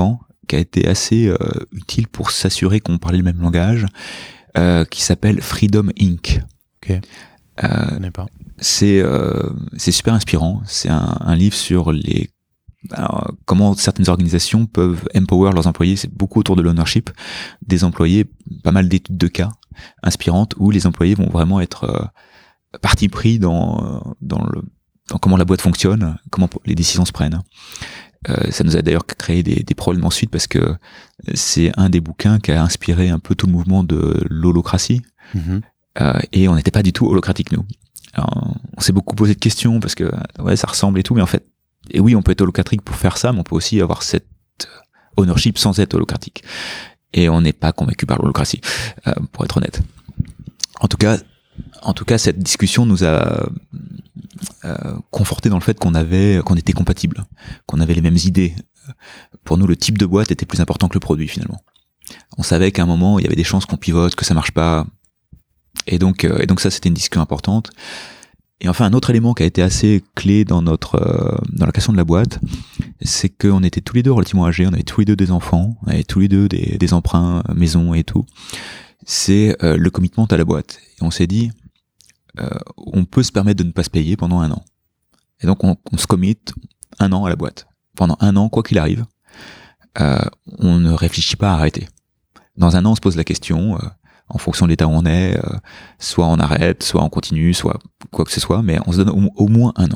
S2: qui a été assez euh, utile pour s'assurer qu'on parlait le même langage, euh, qui s'appelle Freedom Incorporated.
S1: Ok. Euh, Je connais pas.
S2: C'est euh, c'est super inspirant. C'est un, un livre sur les alors, comment certaines organisations peuvent empower leurs employés. C'est beaucoup autour de l'ownership des employés, pas mal d'études de cas inspirantes où les employés vont vraiment être euh, partie pris dans dans le dans comment la boîte fonctionne, comment les décisions se prennent. Euh, ça nous a d'ailleurs créé des, des problèmes ensuite parce que c'est un des bouquins qui a inspiré un peu tout le mouvement de l'holocratie. Mm-hmm. Euh, et on n'était pas du tout holocratique, nous. Alors, on s'est beaucoup posé de questions parce que ouais, ça ressemble et tout, mais en fait, et oui, on peut être holocratique pour faire ça, mais on peut aussi avoir cette ownership sans être holocratique. Et on n'est pas convaincu par l'holocratie, euh, pour être honnête. En tout cas, en tout cas, cette discussion nous a euh, conforté dans le fait qu'on avait, qu'on était compatibles, qu'on avait les mêmes idées. Pour nous, le type de boîte était plus important que le produit finalement. On savait qu'à un moment, il y avait des chances qu'on pivote, que ça marche pas. Et donc, euh, et donc ça, c'était une discussion importante. Et enfin, un autre élément qui a été assez clé dans notre euh, dans la création de la boîte, c'est qu'on était tous les deux relativement âgés, on avait tous les deux des enfants, on avait tous les deux des, des emprunts, maison et tout. C'est euh, le commitment à la boîte. Et on s'est dit, euh, on peut se permettre de ne pas se payer pendant un an. Et donc, on, on se commit un an à la boîte. Pendant un an, quoi qu'il arrive, euh, on ne réfléchit pas à arrêter. Dans un an, on se pose la question... Euh, en fonction de l'état où on est, euh, soit on arrête, soit on continue, soit quoi que ce soit, mais on se donne au, au moins un an.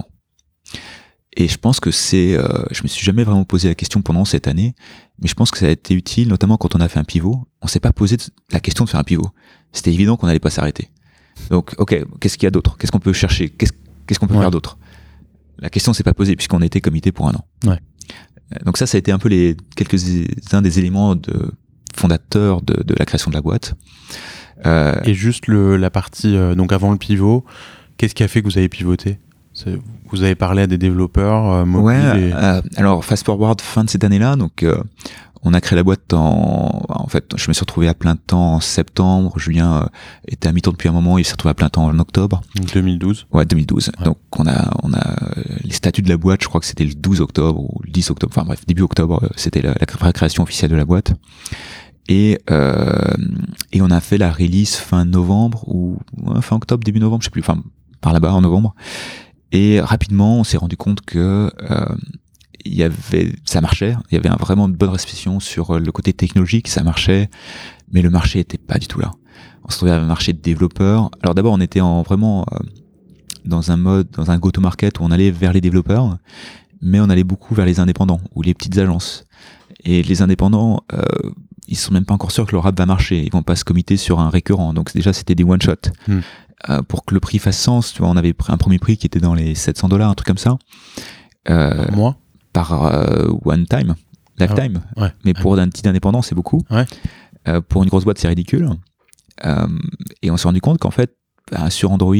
S2: Et je pense que c'est, euh, je me suis jamais vraiment posé la question pendant cette année, mais je pense que ça a été utile, notamment quand on a fait un pivot. On s'est pas posé la question de faire un pivot. C'était évident qu'on n'allait pas s'arrêter. Donc, ok, qu'est-ce qu'il y a d'autre? Qu'est-ce qu'on peut chercher? Qu'est-ce, qu'est-ce qu'on peut ouais. faire d'autre? La question s'est pas posée puisqu'on était comité pour un an.
S1: Ouais.
S2: Donc ça, ça a été un peu les quelques-uns des éléments de fondateur de, de la création de la boîte.
S1: Euh, et juste le, la partie, euh, donc avant le pivot, qu'est-ce qui a fait que vous avez pivoté? C'est, vous avez parlé à des développeurs euh, mobiles
S2: Ouais,
S1: et...
S2: euh, alors fast forward fin de cette année-là, donc euh, on a créé la boîte en... En fait, je me suis retrouvé à plein temps en septembre, Julien euh, était à mi-temps depuis un moment, il s'est retrouvé à plein temps en octobre.
S1: deux mille douze
S2: Ouais, deux mille douze. Ouais. Donc on a, on a les statuts de la boîte, je crois que c'était le douze octobre ou le dix octobre, enfin bref, début octobre, c'était la, la création officielle de la boîte. Et euh, et on a fait la release fin novembre ou ouais, fin octobre, début novembre, je sais plus, enfin par là-bas en novembre. Et rapidement, on s'est rendu compte que euh, il y avait, ça marchait, il y avait un, vraiment une bonne réception sur le côté technologique, ça marchait, mais le marché était pas du tout là. On se trouvait à un marché de développeurs. Alors d'abord, on était en vraiment euh, dans un mode, dans un go-to-market où on allait vers les développeurs, mais on allait beaucoup vers les indépendants ou les petites agences. Et les indépendants, euh, ils sont même pas encore sûrs que leur app va marcher. Ils vont pas se committer sur un récurrent. Donc déjà, c'était des one shot. Hmm. Euh, pour que le prix fasse sens, tu vois, on avait pris un premier prix qui était dans les sept cents dollars, un truc comme ça.
S1: Euh, par mois?
S2: Par euh, one time, lifetime.
S1: Ah, ouais.
S2: Mais pour un petit indépendant, c'est beaucoup.
S1: Ouais.
S2: Euh, pour une grosse boîte, c'est ridicule. Euh, et on s'est rendu compte qu'en fait, bah, sur Android,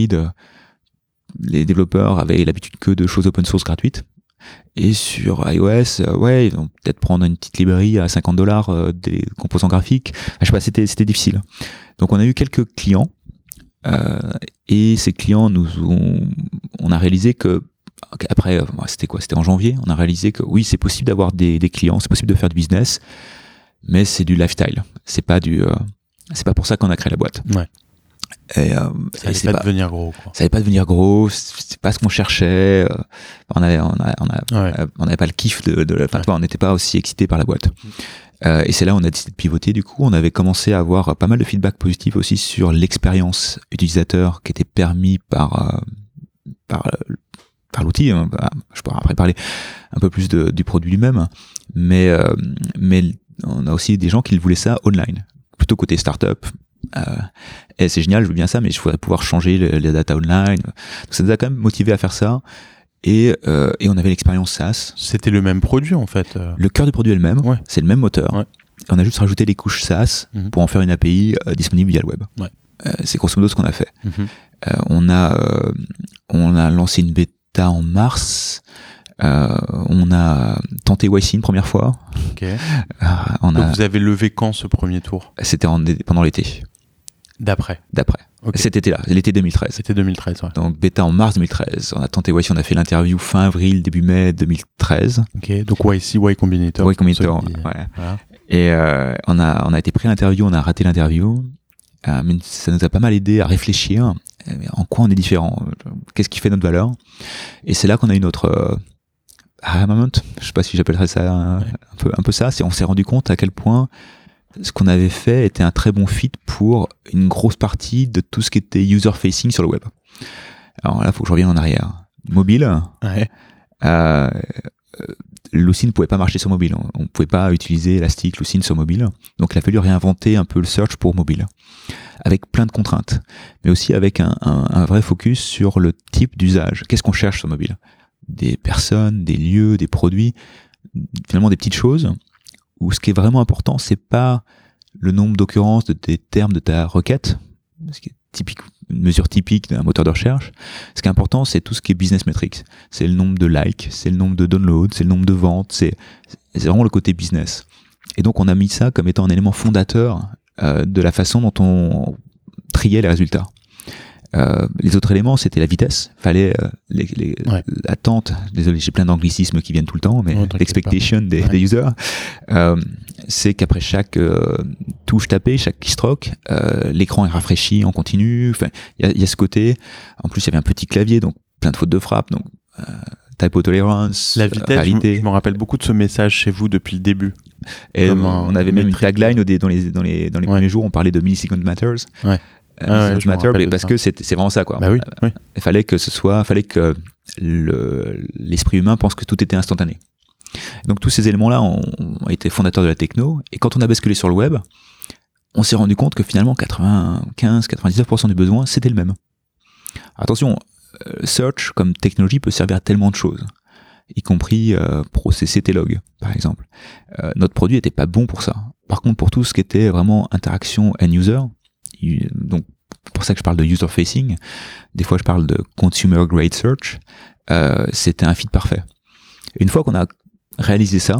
S2: les développeurs avaient l'habitude que de choses open source gratuites. Et sur iOS, euh, ouais, ils vont peut-être prendre une petite librairie à cinquante dollars, euh, des composants graphiques. Ah, je sais pas, c'était, c'était difficile. Donc on a eu quelques clients, euh, et ces clients nous ont, on a réalisé que, après, euh, c'était quoi? C'était en janvier, on a réalisé que oui, c'est possible d'avoir des, des clients, c'est possible de faire du business, mais c'est du lifestyle. C'est pas du, euh, c'est pas pour ça qu'on a créé la boîte.
S1: Ouais.
S2: Et, euh,
S1: ça allait pas, pas devenir gros, quoi.
S2: Ça allait pas devenir gros, c'est pas ce qu'on cherchait. Euh, on avait, on a, on a,
S1: ouais.
S2: euh, on avait pas le kiff de, de enfin, ouais. on n'était pas aussi excité par la boîte. Mmh. Euh, et c'est là où on a décidé de pivoter. Du coup, on avait commencé à avoir pas mal de feedback positif aussi sur l'expérience utilisateur qui était permis par, euh, par, par l'outil. Je pourrais après parler un peu plus de, du produit lui-même, mais, euh, mais on a aussi des gens qui voulaient ça online, plutôt côté startup. Euh, et c'est génial, je veux bien ça, mais je voudrais pouvoir changer les, les data online. Donc ça nous a quand même motivé à faire ça. Et, euh, et on avait l'expérience SaaS.
S1: C'était le même produit en fait.
S2: Le cœur du produit est le même,
S1: ouais.
S2: C'est le même moteur.
S1: Ouais.
S2: On a juste rajouté les couches SaaS mm-hmm. pour en faire une A P I euh, disponible via le web.
S1: Ouais.
S2: Euh, c'est grosso modo ce qu'on a fait.
S1: Mm-hmm.
S2: Euh, on a euh, on a lancé une bêta en mars. Euh, on a tenté Y C une première fois.
S1: Okay.
S2: Euh, on
S1: Donc
S2: a...
S1: vous avez levé quand ce premier tour?
S2: C'était en, pendant l'été.
S1: D'après.
S2: D'après.
S1: Okay.
S2: Cet été-là, l'été deux mille treize.
S1: C'était deux mille treize, ouais.
S2: Donc bêta en mars deux mille treize. On a tenté Y C, on a fait l'interview fin avril, début mai deux mille treize.
S1: Ok, donc Y C, Y Combinator.
S2: Y Combinator, qui... ouais. Voilà. Et euh, on, a, on a été pris à l'interview, on a raté l'interview. Euh, mais ça nous a pas mal aidé à réfléchir en quoi on est différent, qu'est-ce qui fait notre valeur. Et c'est là qu'on a eu notre euh, aha moment, je sais pas si j'appellerais ça un, ouais. un, peu, un peu ça, c'est on s'est rendu compte à quel point ce qu'on avait fait était un très bon fit pour une grosse partie de tout ce qui était user-facing sur le web. Alors là, il faut que je revienne en arrière. Mobile,
S1: ouais.
S2: euh, Lucene ne pouvait pas marcher sur mobile. On ne pouvait pas utiliser Elastic, Lucene sur mobile. Donc il a fallu réinventer un peu le search pour mobile. Avec plein de contraintes. Mais aussi avec un, un, un vrai focus sur le type d'usage. Qu'est-ce qu'on cherche sur mobile ? Des personnes, des lieux, des produits, finalement des petites choses où ce qui est vraiment important, c'est pas le nombre d'occurrences de tes termes de ta requête, ce qui est typique, une mesure typique d'un moteur de recherche. Ce qui est important, c'est tout ce qui est business metrics. C'est le nombre de likes, c'est le nombre de downloads, c'est le nombre de ventes, c'est, c'est vraiment le côté business. Et donc, on a mis ça comme étant un élément fondateur euh, de la façon dont on triait les résultats. Euh, les autres éléments, c'était la vitesse. Fallait euh, les, les, ouais. l'attente. Désolé, j'ai plein d'anglicismes qui viennent tout le temps, mais oh, l'expectation des, ouais. des users, euh, c'est qu'après chaque euh, touche tapée, chaque keystroke, euh, l'écran est rafraîchi en continu. Enfin, il y, y a ce côté. En plus, il y avait un petit clavier, donc plein de fautes de frappe. Donc euh, typo tolerance,
S1: la vitesse. Je, je me rappelle beaucoup de ce message chez vous depuis le début.
S2: Et on, on avait même une tagline dans les dans les dans les ouais. premiers jours. On parlait de millisecond matters.
S1: Ouais.
S2: Euh, ah ouais, matter, parce que c'est, c'est vraiment ça, quoi.
S1: Bah oui, oui.
S2: Il fallait que ce soit, fallait que le, l'esprit humain pense que tout était instantané. Donc tous ces éléments-là ont, ont été fondateurs de la techno. Et quand on a basculé sur le web, on s'est rendu compte que finalement quatre-vingt-quinze à quatre-vingt-dix-neuf pour cent du besoin, c'était le même. Attention, search comme technologie peut servir à tellement de choses, y compris euh, processer tes logs, par exemple. Euh, notre produit n'était pas bon pour ça. Par contre, pour tout ce qui était vraiment interaction end-user, donc pour ça que je parle de user facing, des fois je parle de consumer grade search, euh, c'était un fit parfait. Et une fois qu'on a réalisé ça,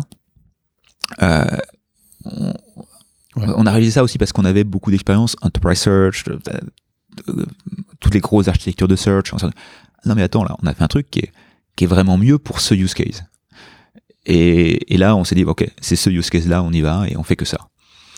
S2: euh, on, ouais. on a réalisé ça aussi parce qu'on avait beaucoup d'expérience enterprise search, de, de, de, toutes les grosses architectures de search. Non mais attends, là on a fait un truc qui est, qui est vraiment mieux pour ce use case. Et, et là on s'est dit ok, c'est ce use case là, on y va et on fait que ça.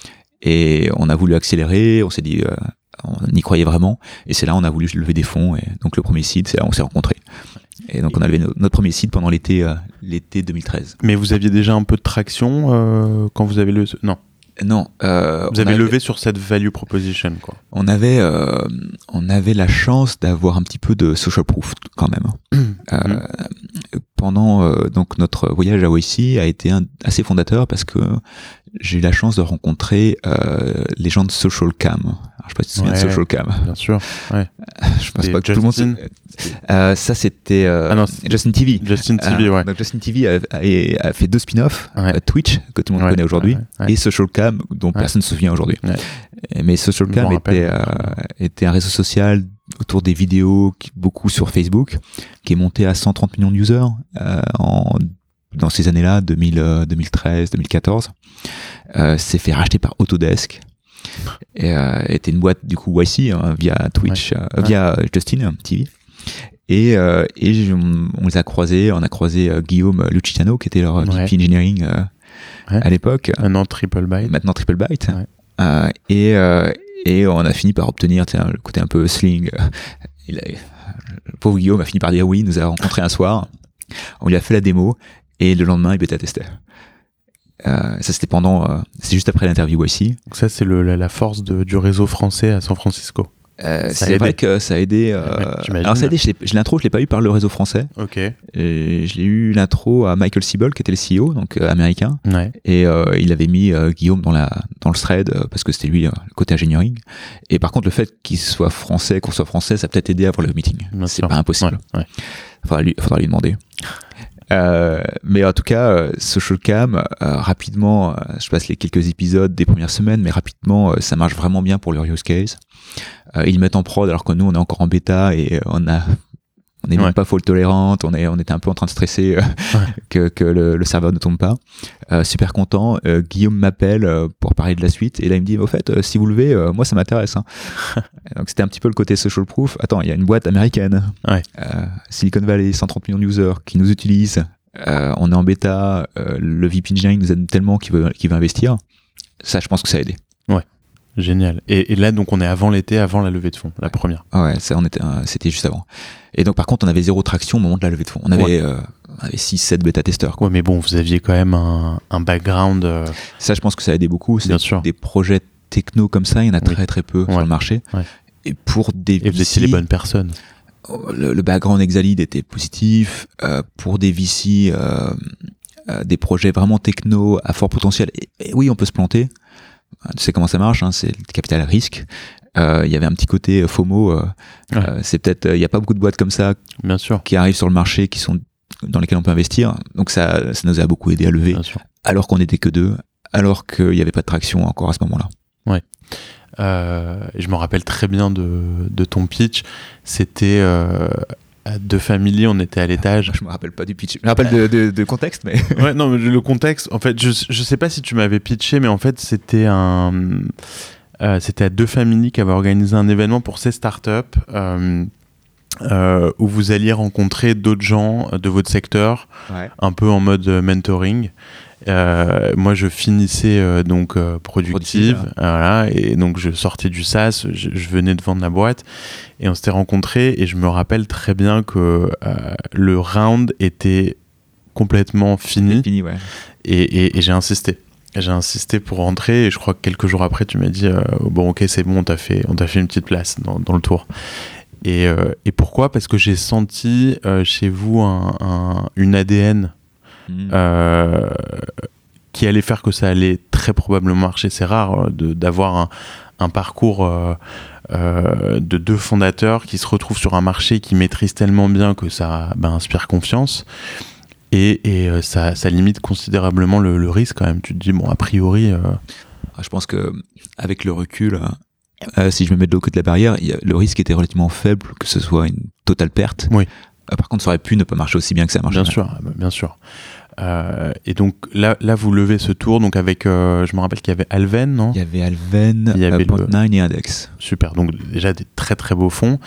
S2: Et on a voulu accélérer, on s'est dit, euh, on y croyait vraiment, et c'est là on a voulu lever des fonds, et donc le premier seed, c'est là on s'est rencontrés. Et donc on a levé no- notre premier seed pendant l'été, euh, l'été deux mille treize.
S1: Mais vous aviez déjà un peu de traction euh, quand vous avez le... Non.
S2: Non. Euh,
S1: vous avez
S2: avait...
S1: levé sur cette value proposition, quoi.
S2: On avait, euh, on avait la chance d'avoir un petit peu de social proof quand même. Mmh. Euh, pendant euh, donc notre voyage à Y C a été un, assez fondateur parce que j'ai eu la chance de rencontrer euh, les gens de Social Cam. Alors, je sais pas si tu te souviens
S1: ouais,
S2: de Social Cam.
S1: Bien sûr. Ouais.
S2: Je pense pas que tout le monde. Euh, ça c'était euh, ah non, Justin T V.
S1: Justin T V, euh, ouais.
S2: Donc Justin T V a, a, a fait deux spin-offs, ouais. euh, Twitch que tout le monde ouais, connaît aujourd'hui, ouais, ouais. et Social Cam dont ouais. personne ne se souvient aujourd'hui. Ouais. Mais Social Cam était euh, était un réseau social autour des vidéos, qui, beaucoup sur Facebook, qui est monté à cent trente millions d'users euh, en dans ces années-là, deux mille, euh, deux mille treize, deux mille quatorze. Euh, s'est fait racheter par Autodesk. Et euh, était une boîte du coup Y C hein, via Twitch, ouais. euh, via ouais. Justin T V. Et, euh, et je, on les a croisés, on a croisé euh, Guillaume Lucitano qui était leur V P ouais. Engineering euh, ouais. à l'époque.
S1: Maintenant TripleByte.
S2: Maintenant TripleByte. Ouais. Euh, et, euh, et on a fini par obtenir le côté un peu sling. Il a, le pauvre Guillaume a fini par dire oui, il nous a rencontrés un soir. On lui a fait la démo et le lendemain il bêta-testait. Euh, ça c'était pendant, euh, c'est juste après l'interview Y C.
S1: Donc ça c'est le, la, la force de, du réseau français à San Francisco.
S2: Euh, c'est vrai que ça a aidé. Euh... Alors ça a aidé. Je, je l'intro, je l'ai pas eu par le réseau français.
S1: Ok.
S2: Et je l'ai eu l'intro à Michael Siebel, qui était le C E O, donc euh, américain.
S1: Ouais.
S2: Et euh, il avait mis euh, Guillaume dans la dans le thread euh, parce que c'était lui euh, le côté engineering. Et par contre, le fait qu'il soit français, qu'on soit français, ça a peut-être aidé à avoir le meeting. Bien c'est sûr. Pas impossible. Ouais. Ouais. Faudra lui, faudra lui demander. Euh, mais en tout cas, euh, Social Cam, euh, rapidement, euh, je passe les quelques épisodes des premières semaines, mais rapidement, euh, ça marche vraiment bien pour leur use case. Euh, ils mettent en prod alors que nous, on est encore en bêta et euh, on a on n'est
S1: ouais.
S2: même pas fault tolérante, on, est, on était un peu en train de stresser euh,
S1: ouais.
S2: que, que le, le serveur ne tombe pas. Euh, super content, euh, Guillaume m'appelle euh, pour parler de la suite, et là il me dit, au fait, euh, si vous levez, euh, moi ça m'intéresse. Hein. Donc c'était un petit peu le côté social proof. Attends, il y a une boîte américaine,
S1: ouais.
S2: euh, Silicon Valley, cent trente millions d'users qui nous utilisent, euh, on est en bêta, euh, le V P Engineering nous aide tellement qu'il veut, qu'il veut investir. Ça, je pense que ça a aidé.
S1: Ouais. Génial. Et, et là, donc, on est avant l'été, avant la levée de fonds, la première.
S2: Ah ouais, ça, on était, euh, c'était juste avant. Et donc, par contre, on avait zéro traction au moment de la levée de fonds. On avait, ouais. euh, on avait six sept bêta-testeurs.
S1: Ouais, mais bon, vous aviez quand même un, un background. Euh...
S2: Ça, je pense que ça a aidé beaucoup. C'est
S1: Bien sûr.
S2: Des projets techno comme ça, il y en a
S1: oui.
S2: très très peu
S1: ouais.
S2: sur le marché.
S1: Ouais.
S2: Et pour des
S1: Et vous étiez les bonnes personnes.
S2: Le, le background Exalid était positif. Euh, pour des V C, euh, euh, des projets vraiment techno à fort potentiel. Et, et oui, on peut se planter. Tu sais comment ça marche, hein, c'est le capital à risque. Il euh, y avait un petit côté FOMO. Euh, ouais. euh, c'est peut-être, il n'y a pas beaucoup de boîtes comme ça
S1: Bien sûr.
S2: qui arrivent sur le marché, qui sont dans lesquelles on peut investir. Donc ça, ça nous a beaucoup aidé à lever, alors qu'on n'était que deux, alors qu'il n'y avait pas de traction encore à ce moment-là.
S1: Ouais. Euh, je me rappelle très bien de, de ton pitch. C'était euh, à Deux Family, on était à l'étage.
S2: Je me rappelle pas du pitch. Je me rappelle de, de, de contexte, mais.
S1: Ouais, non, mais le contexte, en fait, je, je sais pas si tu m'avais pitché, mais en fait, c'était un. Euh, c'était à Deux Family qui avait organisé un événement pour ces startups euh, euh, où vous alliez rencontrer d'autres gens de votre secteur, ouais. un peu en mode mentoring. Euh, moi, je finissais euh, donc euh, productive, Productive, voilà, et donc je sortais du SaaS, je, je venais de vendre la boîte, et on s'était rencontrés. Et je me rappelle très bien que euh, le round était complètement fini,
S2: fini ouais.
S1: et, et, et j'ai insisté. J'ai insisté pour rentrer, et je crois que quelques jours après, tu m'as dit euh, bon, ok, c'est bon, on t'a fait, on t'a fait une petite place dans, dans le tour. Et, euh, et pourquoi ? Parce que j'ai senti euh, chez vous un, un, une A D N. Mmh. Euh, qui allait faire que ça allait très probablement marcher. C'est rare de, d'avoir un, un parcours euh, euh, de deux fondateurs qui se retrouvent sur un marché qui maîtrisent tellement bien que ça ben, inspire confiance, et, et euh, ça, ça limite considérablement le, le risque quand même. Tu te dis, bon, a priori... Euh...
S2: Je pense qu'avec le recul, euh, si je me mets de l'autre côté de la barrière, y a, le risque était relativement faible que ce soit une totale perte.
S1: Oui.
S2: Euh, par contre, ça aurait pu ne pas marcher aussi bien que ça marche.
S1: Bien sûr, bien sûr. Euh, et donc là, là, vous levez ce tour, donc avec, euh, je me rappelle qu'il y avait Alven, non ?
S2: Il y avait Alven, il y avait Point neuf et Index.
S1: Super, donc déjà des très très beaux fonds.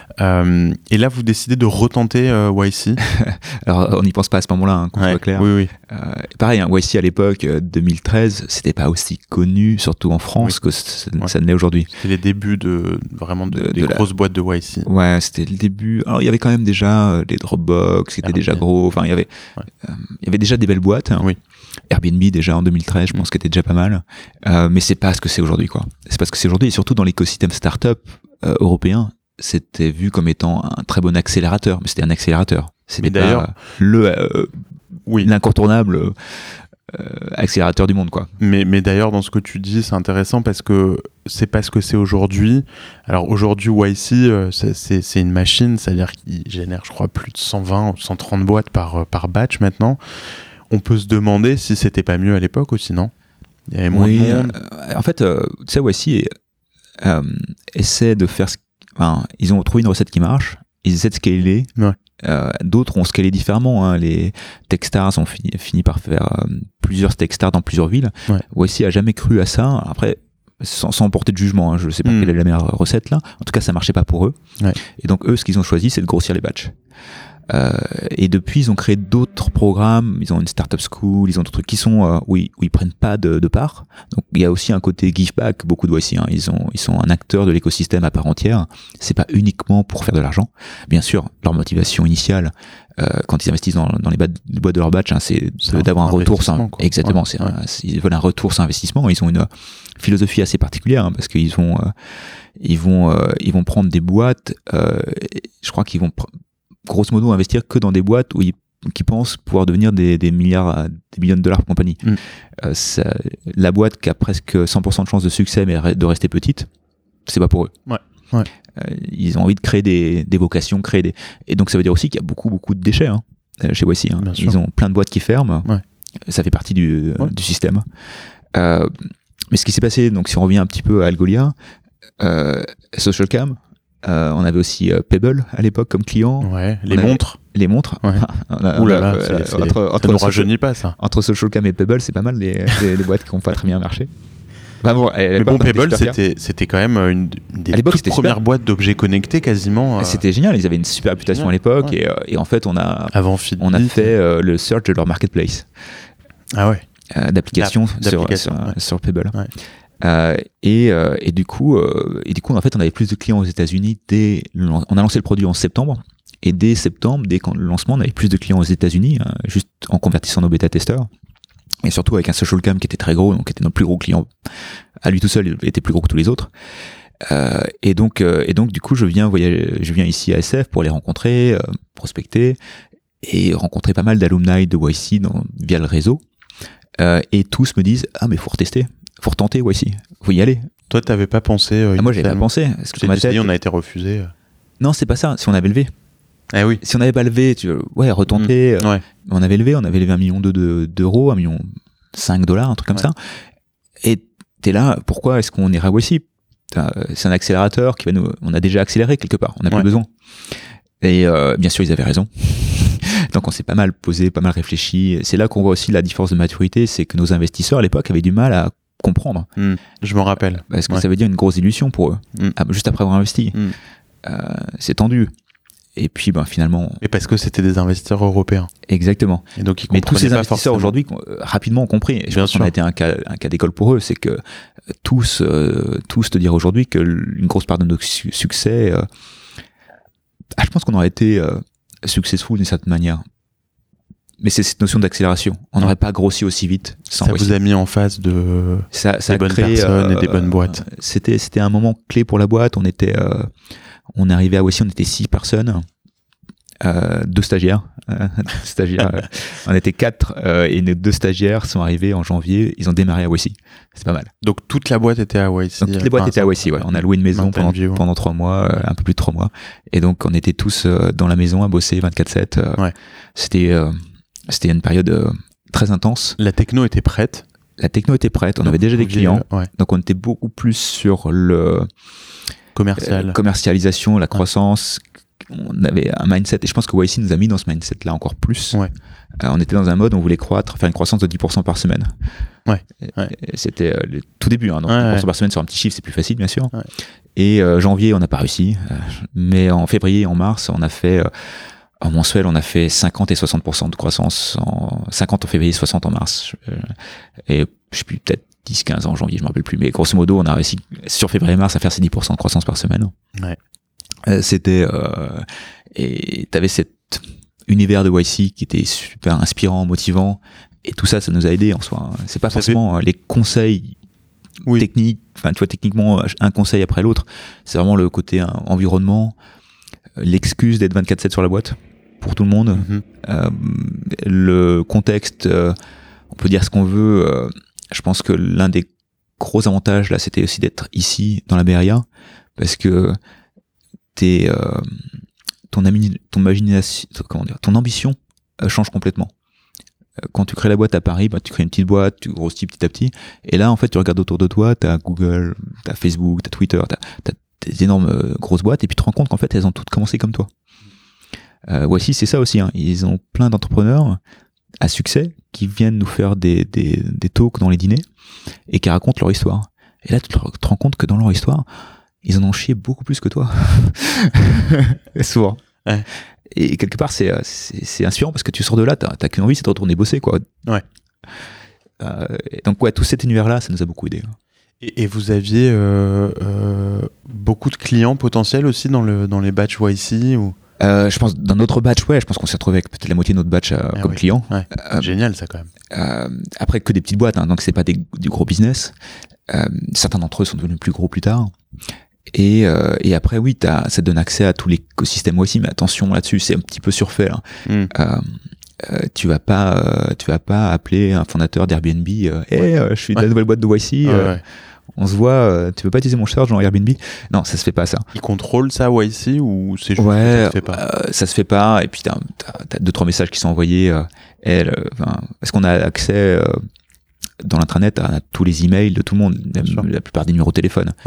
S1: Euh, et là, vous décidez de retenter euh, Y C.
S2: Alors, on n'y pense pas à ce moment-là, hein, qu'on
S1: ouais,
S2: soit clair.
S1: Oui, oui.
S2: Euh, pareil, hein, Y C à l'époque, deux mille treize, c'était pas aussi connu, surtout en France, oui. que c- ouais. ça ne l'est aujourd'hui.
S1: C'était les débuts de vraiment de, de, des de grosses la... boîtes de Y C.
S2: Ouais, c'était le début. Alors, il y avait quand même déjà euh, les Dropbox, qui étaient déjà gros. Enfin, il y avait, ouais. euh, il y avait déjà des belles boîtes. Hein.
S1: Oui.
S2: Airbnb déjà en deux mille treize, je pense mmh. qu'elle était déjà pas mal. Euh, mais c'est pas ce que c'est aujourd'hui, quoi. C'est pas ce que c'est aujourd'hui, et surtout dans l'écosystème startup euh, européen. C'était vu comme étant un très bon accélérateur, mais c'était un accélérateur. C'était mais d'ailleurs pas le euh, oui. l'incontournable euh, accélérateur du monde, quoi.
S1: Mais, mais d'ailleurs, dans ce que tu dis, c'est intéressant parce que c'est pas ce que c'est aujourd'hui. Alors aujourd'hui, Y C, euh, c'est, c'est, c'est une machine, c'est-à-dire qu'il génère, je crois, plus de cent vingt ou cent trente boîtes par, par batch maintenant. On peut se demander si c'était pas mieux à l'époque aussi, non ? Il y avait moins
S2: oui,
S1: de monde.
S2: Euh, en fait, euh, tu sais, Y C euh, essaie de faire ce Enfin, ils ont trouvé une recette qui marche, ils essaient de scaler.
S1: Ouais.
S2: Euh, d'autres ont scalé différemment. Hein. Les Techstars ont fini, fini par faire euh, plusieurs Techstars dans plusieurs villes.
S1: Ouais.
S2: Y C a jamais cru à ça. Après, sans, sans porter de jugement, hein, je sais pas mmh. quelle est la meilleure recette là. En tout cas, ça marchait pas pour eux.
S1: Ouais.
S2: Et donc eux, ce qu'ils ont choisi, c'est de grossir les batchs. Euh, et depuis, ils ont créé d'autres programmes. Ils ont une startup school, ils ont d'autres trucs qui sont euh, où, ils, où ils prennent pas de, de part. Donc il y a aussi un côté give back. Beaucoup de Y C, hein. Ils ont, ils sont un acteur de l'écosystème à part entière. C'est pas uniquement pour faire de l'argent. Bien sûr, leur motivation initiale, euh, quand ils investissent dans, dans les boîtes de leur batch, hein, c'est, c'est d'avoir un retour. Sur un, exactement. Ouais, c'est
S1: ouais.
S2: un, ils veulent un retour sur investissement. Ils ont une philosophie assez particulière, hein, parce qu'ils vont, euh, ils vont, euh, ils vont prendre des boîtes. Euh, je crois qu'ils vont pr- grosso modo investir que dans des boîtes où ils, qui pensent pouvoir devenir des, des milliards, des millions de dollars pour compagnie. Mm. Euh, ça, la boîte qui a presque cent pour cent de chance de succès mais de rester petite, c'est pas pour eux.
S1: Ouais. Ouais.
S2: Euh, ils ont envie de créer des, des vocations, créer des, et donc ça veut dire aussi qu'il y a beaucoup beaucoup de déchets, hein, chez Y C. Hein. Ils ont plein de boîtes qui ferment.
S1: Ouais.
S2: Ça fait partie du,
S1: ouais.
S2: du système. Euh, mais ce qui s'est passé, donc si on revient un petit peu à Algolia, euh, SocialCam, Euh, on avait aussi euh, Pebble à l'époque comme client.
S1: Ouais, les
S2: on
S1: montres.
S2: Les montres.
S1: Ouais.
S2: a,
S1: Ouh là là,
S2: euh,
S1: c'est, c'est,
S2: entre,
S1: ça
S2: entre
S1: ne nous
S2: social,
S1: rajeunit pas ça.
S2: Entre Socialcam et Pebble, c'est pas mal les, les, les boîtes qui n'ont pas très bien marché. Bah bon,
S1: mais bon, Pebble, c'était, c'était quand même une, une des toutes premières super. boîtes d'objets connectés quasiment. Euh...
S2: C'était génial, ils avaient une super réputation à l'époque ouais. et, euh, et en fait, on a,
S1: Avant Fitbit,
S2: on a fait euh, le search de leur marketplace.
S1: Ah ouais.
S2: Euh, d'applications sur, sur, ouais. sur Pebble. Ouais. Euh, et, euh, et du coup, euh, et du coup, en fait, on avait plus de clients aux États-Unis dès. On a lancé le produit en septembre. Et dès septembre, dès le lancement, on avait plus de clients aux États-Unis, hein, juste en convertissant nos bêta-testeurs. Et surtout avec un Socialcam qui était très gros, donc qui était notre plus gros client. À lui tout seul, il était plus gros que tous les autres. Euh, et donc, euh, et donc, du coup, je viens voyager, je viens ici à S F pour les rencontrer, euh, prospecter et rencontrer pas mal d'alumni de Y C dans, via le réseau. Euh, et tous me disent ah mais faut retester, faut retenter Y C, faut y aller.
S1: Toi, t'avais pas pensé euh,
S2: ah, moi, j'avais pas pensé. Parce que
S1: ma tête, on a été refusé.
S2: Non, c'est pas ça. Si on avait levé.
S1: Eh oui.
S2: Si on n'avait pas levé, tu ouais, retenter.
S1: Mmh, ouais.
S2: On avait levé, on avait levé un million de, de, d'euros, un million cinq dollars, un truc comme ouais. ça. Et t'es là, pourquoi est-ce qu'on ira Y C? C'est un accélérateur qui va nous. On a déjà accéléré quelque part, on n'a ouais. plus besoin. Et euh, bien sûr, ils avaient raison. Donc on s'est pas mal posé, pas mal réfléchi. C'est là qu'on voit aussi la différence de maturité, c'est que nos investisseurs à l'époque avaient du mal à comprendre.
S1: Mmh, je me rappelle.
S2: Parce que
S1: ouais.
S2: ça veut dire une grosse illusion pour eux, mmh. juste après avoir investi. Mmh. Euh, c'est tendu. Et puis ben, finalement...
S1: Et parce que c'était des investisseurs européens.
S2: Exactement.
S1: Et donc, ils
S2: mais tous ces investisseurs
S1: forcément.
S2: aujourd'hui euh, rapidement ont compris. Et je Bien pense sûr. qu'on a été un cas, un cas d'école pour eux. C'est que euh, tous, euh, tous te dire aujourd'hui qu'une grosse part de notre su- succès... Euh, ah, je pense qu'on aurait été euh, successful d'une certaine manière. Mais c'est cette notion d'accélération. On n'aurait pas grossi aussi vite sans
S1: Ça
S2: Y C.
S1: vous a mis en face de
S2: ça, ça
S1: des bonnes
S2: créé,
S1: personnes
S2: euh,
S1: et des bonnes boîtes.
S2: C'était, c'était un moment clé pour la boîte. On était... Euh, On est arrivé à Y C, on était six personnes, euh, deux stagiaires. Euh, stagiaires euh, on était quatre euh, et nos deux stagiaires sont arrivés en janvier. Ils ont démarré à Y C. C'est pas mal.
S1: Donc toute la boîte était à Y C.
S2: Donc toutes les boîtes étaient à Y C. Ouais. On a loué une maison pendant, vie, ouais. pendant trois mois, euh, un peu plus de trois mois. Et donc on était tous euh, dans la maison à bosser vingt-quatre sept. Euh,
S1: ouais. C'était,
S2: euh, c'était une période euh, très intense.
S1: La techno était prête.
S2: La techno était prête. On donc, avait déjà des clients.
S1: Euh, ouais.
S2: Donc on était beaucoup plus sur le
S1: commercial.
S2: Euh, commercialisation, la croissance. Ouais. On avait un mindset, et je pense que Y C nous a mis dans ce mindset-là encore plus.
S1: Ouais.
S2: Euh, on était dans un mode où on voulait croître, faire une croissance de dix pour cent par semaine.
S1: Ouais.
S2: ouais. C'était euh, le tout début, hein, donc
S1: ouais,
S2: dix pour cent
S1: ouais.
S2: par semaine sur un petit chiffre, c'est plus facile, bien sûr.
S1: Ouais.
S2: Et euh, janvier, on n'a pas réussi. Euh, mais en février et en mars, on a fait, euh, en mensuel, on a fait cinquante et soixante pour cent de croissance. En, cinquante en février, soixante en mars. Euh, et je sais plus, peut-être dix quinze en janvier, je me rappelle plus, mais grosso modo, on a réussi sur février et mars à faire ces dix pour cent de croissance par semaine.
S1: Ouais.
S2: Euh, c'était euh, et t'avais cet univers de Y C qui était super inspirant, motivant, et tout ça, ça nous a aidé en soi. C'est pas ça forcément fait... les conseils oui. techniques, enfin tu vois techniquement un conseil après l'autre. C'est vraiment le côté hein, environnement, l'excuse d'être vingt-quatre sept sur la boîte pour tout le monde, mm-hmm. euh, le contexte. Euh, on peut dire ce qu'on veut. Euh, Je pense que l'un des gros avantages là, c'était aussi d'être ici dans la Bay Area, parce que t'es, euh, ton, ami, ton imagination, comment dire, ton ambition euh, change complètement. Euh, quand tu crées la boîte à Paris, bah, tu crées une petite boîte, tu grossis petit à petit, et là en fait tu regardes autour de toi, t'as Google, t'as Facebook, t'as Twitter, t'as, t'as des énormes euh, grosses boîtes, et puis tu te rends compte qu'en fait elles ont toutes commencé comme toi. Euh, voici, c'est ça aussi. Hein. Ils ont plein d'entrepreneurs à succès qui viennent nous faire des, des, des talks dans les dîners et qui racontent leur histoire. Et là, tu te, te rends compte que dans leur histoire, ils en ont chié beaucoup plus que toi. Souvent.
S1: Ouais.
S2: Et quelque part, c'est, c'est, c'est inspirant parce que tu sors de là, t'as, t'as qu'une envie, c'est de retourner bosser, quoi.
S1: Ouais.
S2: Euh, et donc, ouais, tout cet univers-là, ça nous a beaucoup aidé.
S1: Et, et vous aviez euh, euh, beaucoup de clients potentiels aussi dans, le, dans les batchs Y C ou...
S2: Euh, je pense dans notre batch, ouais, je pense qu'on s'est retrouvé avec peut-être la moitié de notre batch euh, ah comme oui. client.
S1: Ouais. Euh, Génial ça quand même.
S2: Euh, après que des petites boîtes, hein, donc c'est pas des, du gros business. Euh, certains d'entre eux sont devenus plus gros plus tard. Et, euh, et après oui, t'as, ça te donne accès à tout l'écosystème Y C, mais attention là-dessus, c'est un petit peu surfait. Hein. Mm. Euh, euh, tu vas pas, euh, tu vas pas appeler un fondateur d'Airbnb. Euh, hey, ouais. euh, je suis de ouais. la nouvelle boîte de Y C.
S1: Ouais,
S2: euh,
S1: ouais.
S2: On se voit, euh, tu veux pas utiliser mon search dans Airbnb? Non, ça se fait pas ça.
S1: Ils contrôlent ça Y C ou c'est juste
S2: ouais,
S1: que ça se fait pas?
S2: Euh, ça se fait pas. Et puis t'as, t'as, t'as deux trois messages qui sont envoyés. Euh, elle, euh, parce qu'on a accès euh, dans l'intranet à tous les emails de tout le monde, même la plupart des numéros de téléphone.
S1: Ouais.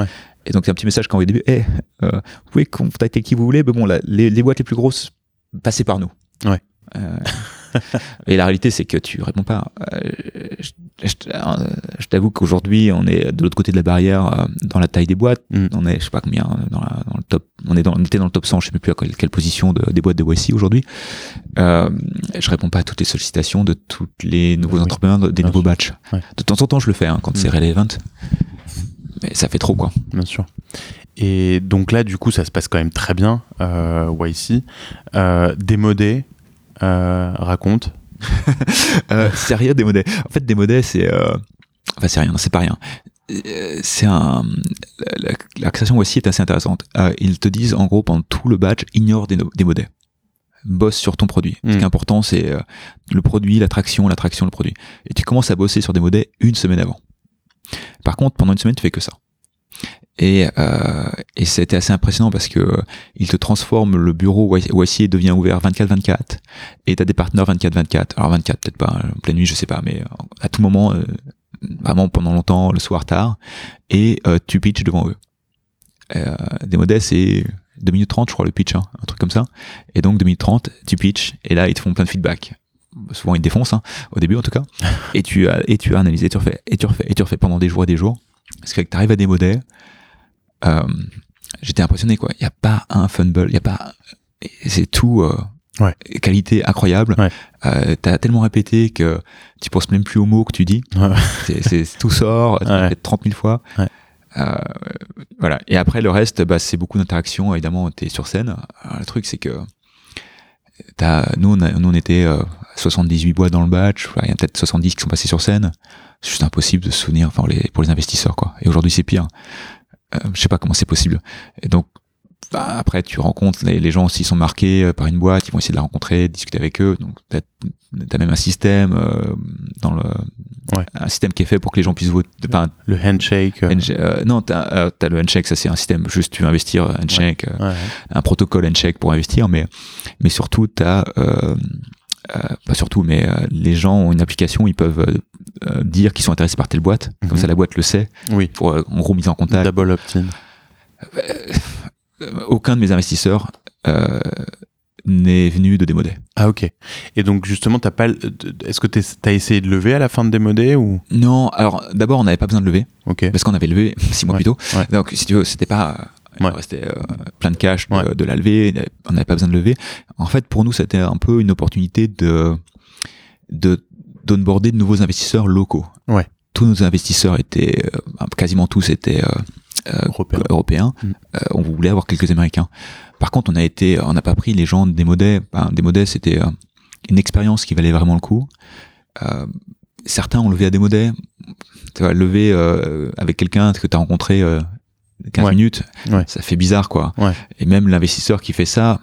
S2: Et donc, c'est un petit message qu'on envoie au début. Eh, euh, vous pouvez contacter qui vous voulez, mais bon, là, les, les boîtes les plus grosses, passez par nous.
S1: Ouais.
S2: Euh, et la réalité, c'est que tu réponds pas. Euh, je, je, je t'avoue qu'aujourd'hui, on est de l'autre côté de la barrière euh, dans la taille des boîtes. Mm. On est, je sais pas combien, dans, la, dans le top. On, est dans, on était dans le top cent, je sais même plus à quelle, quelle position de, des boîtes de Y C aujourd'hui. Euh, je réponds pas à toutes les sollicitations de tous les nouveaux oui. entrepreneurs, des Bien nouveaux sûr. batchs. Ouais. De temps en temps, je le fais hein, quand mm. c'est relevant. Mais ça fait trop, quoi.
S1: Bien sûr. Et donc là, du coup, ça se passe quand même très bien, euh, Y C. Euh, démodé, euh, raconte.
S2: euh, c'est rien, démodé. En fait, démodé, c'est... Euh... Enfin, c'est rien, non, c'est pas rien. Euh, c'est un... La, la, la création Y C est assez intéressante. Euh, ils te disent, en gros, pendant tout le batch, ignore des démodés. Bosse sur ton produit. Mm. Ce qui est important, c'est euh, le produit, l'attraction, l'attraction, le produit. Et tu commences à bosser sur démodé une semaine avant. Par contre, pendant une semaine, tu fais que ça. Et, euh, et c'était assez impressionnant parce que euh, il te transforme le bureau Y C devient ouvert vingt-quatre vingt-quatre et t'as des partenaires vingt-quatre vingt-quatre. Alors vingt-quatre, peut-être pas, en pleine nuit, je sais pas, mais à tout moment, euh, vraiment pendant longtemps, le soir tard, et euh, tu pitches devant eux. Euh, des modèles, c'est deux minutes trente, je crois, le pitch, hein, un truc comme ça. Et donc, deux minutes trente, tu pitches, et là, ils te font plein de feedback. Souvent, ils te défoncent, hein, au début en tout cas. Et tu as, et tu as analysé, et tu refais, et tu refais, et tu refais pendant des jours et des jours. Parce que tu arrives à des modèles, euh, j'étais impressionné, quoi. Il n'y a pas un fumble, il n'y a pas, c'est tout, euh, ouais. qualité incroyable. Ouais. Euh, t'as tellement répété que tu penses même plus aux mots que tu dis. Ouais. C'est, c'est, tout sort, tu ouais. fait trente mille fois. Ouais. Euh, voilà. Et après, le reste, bah, c'est beaucoup d'interactions. Évidemment, t'es sur scène. Alors, le truc, c'est que t'as, nous, on, a, nous, on était euh, soixante-dix-huit boîtes dans le batch. Il y a peut-être soixante-dix qui sont passés sur scène. C'est juste impossible de se souvenir, enfin, les, pour les investisseurs, quoi. Et aujourd'hui, c'est pire. Euh, je sais pas comment c'est possible. Et donc, bah, après, tu rencontres les, les gens, s'ils sont marqués euh, par une boîte, ils vont essayer de la rencontrer, de discuter avec eux. Donc, t'as, t'as même un système euh, dans le, ouais. un système qui est fait pour que les gens puissent voter. Enfin,
S1: le handshake.
S2: Euh... Euh, non, t'as, euh, t'as le handshake, ça c'est un système. Juste, tu veux investir, handshake, ouais. Euh, ouais. un protocole handshake pour investir, mais, mais surtout, t'as, euh, euh, pas surtout, mais euh, les gens ont une application, ils peuvent euh, dire qu'ils sont intéressés par telle boîte. Mm-hmm. Comme ça, la boîte le sait.
S1: Oui.
S2: Pour, euh, en gros, mise en contact.
S1: Double opt-in.
S2: Euh, aucun de mes investisseurs euh, n'est venu de démodé.
S1: Ah ok. Et donc justement, t'as pas, est-ce que t'as essayé de lever à la fin de démodé ou?
S2: Non. Alors d'abord, on n'avait pas besoin de lever.
S1: Ok.
S2: Parce qu'on avait levé six mois
S1: ouais.
S2: plus tôt.
S1: Ouais.
S2: Donc si tu veux, c'était pas. Il ouais. restait euh, plein de cash de,
S1: ouais.
S2: de la levée. On n'avait pas besoin de lever. En fait, pour nous, c'était un peu une opportunité de de d'onboarder de nouveaux investisseurs locaux.
S1: Ouais.
S2: Tous nos investisseurs étaient, euh, quasiment tous étaient. Euh, Euh, européen. européen. Mmh. Euh, on voulait avoir quelques Américains. Par contre, on a été, on n'a pas pris les gens des modèles. Ben, des modèles, c'était euh, une expérience qui valait vraiment le coup. Euh, certains ont levé à des modèles. Tu vas lever euh, avec quelqu'un que tu as rencontré euh, quinze ouais. minutes. Ouais. Ça fait bizarre, quoi. Ouais. Et même l'investisseur qui fait ça,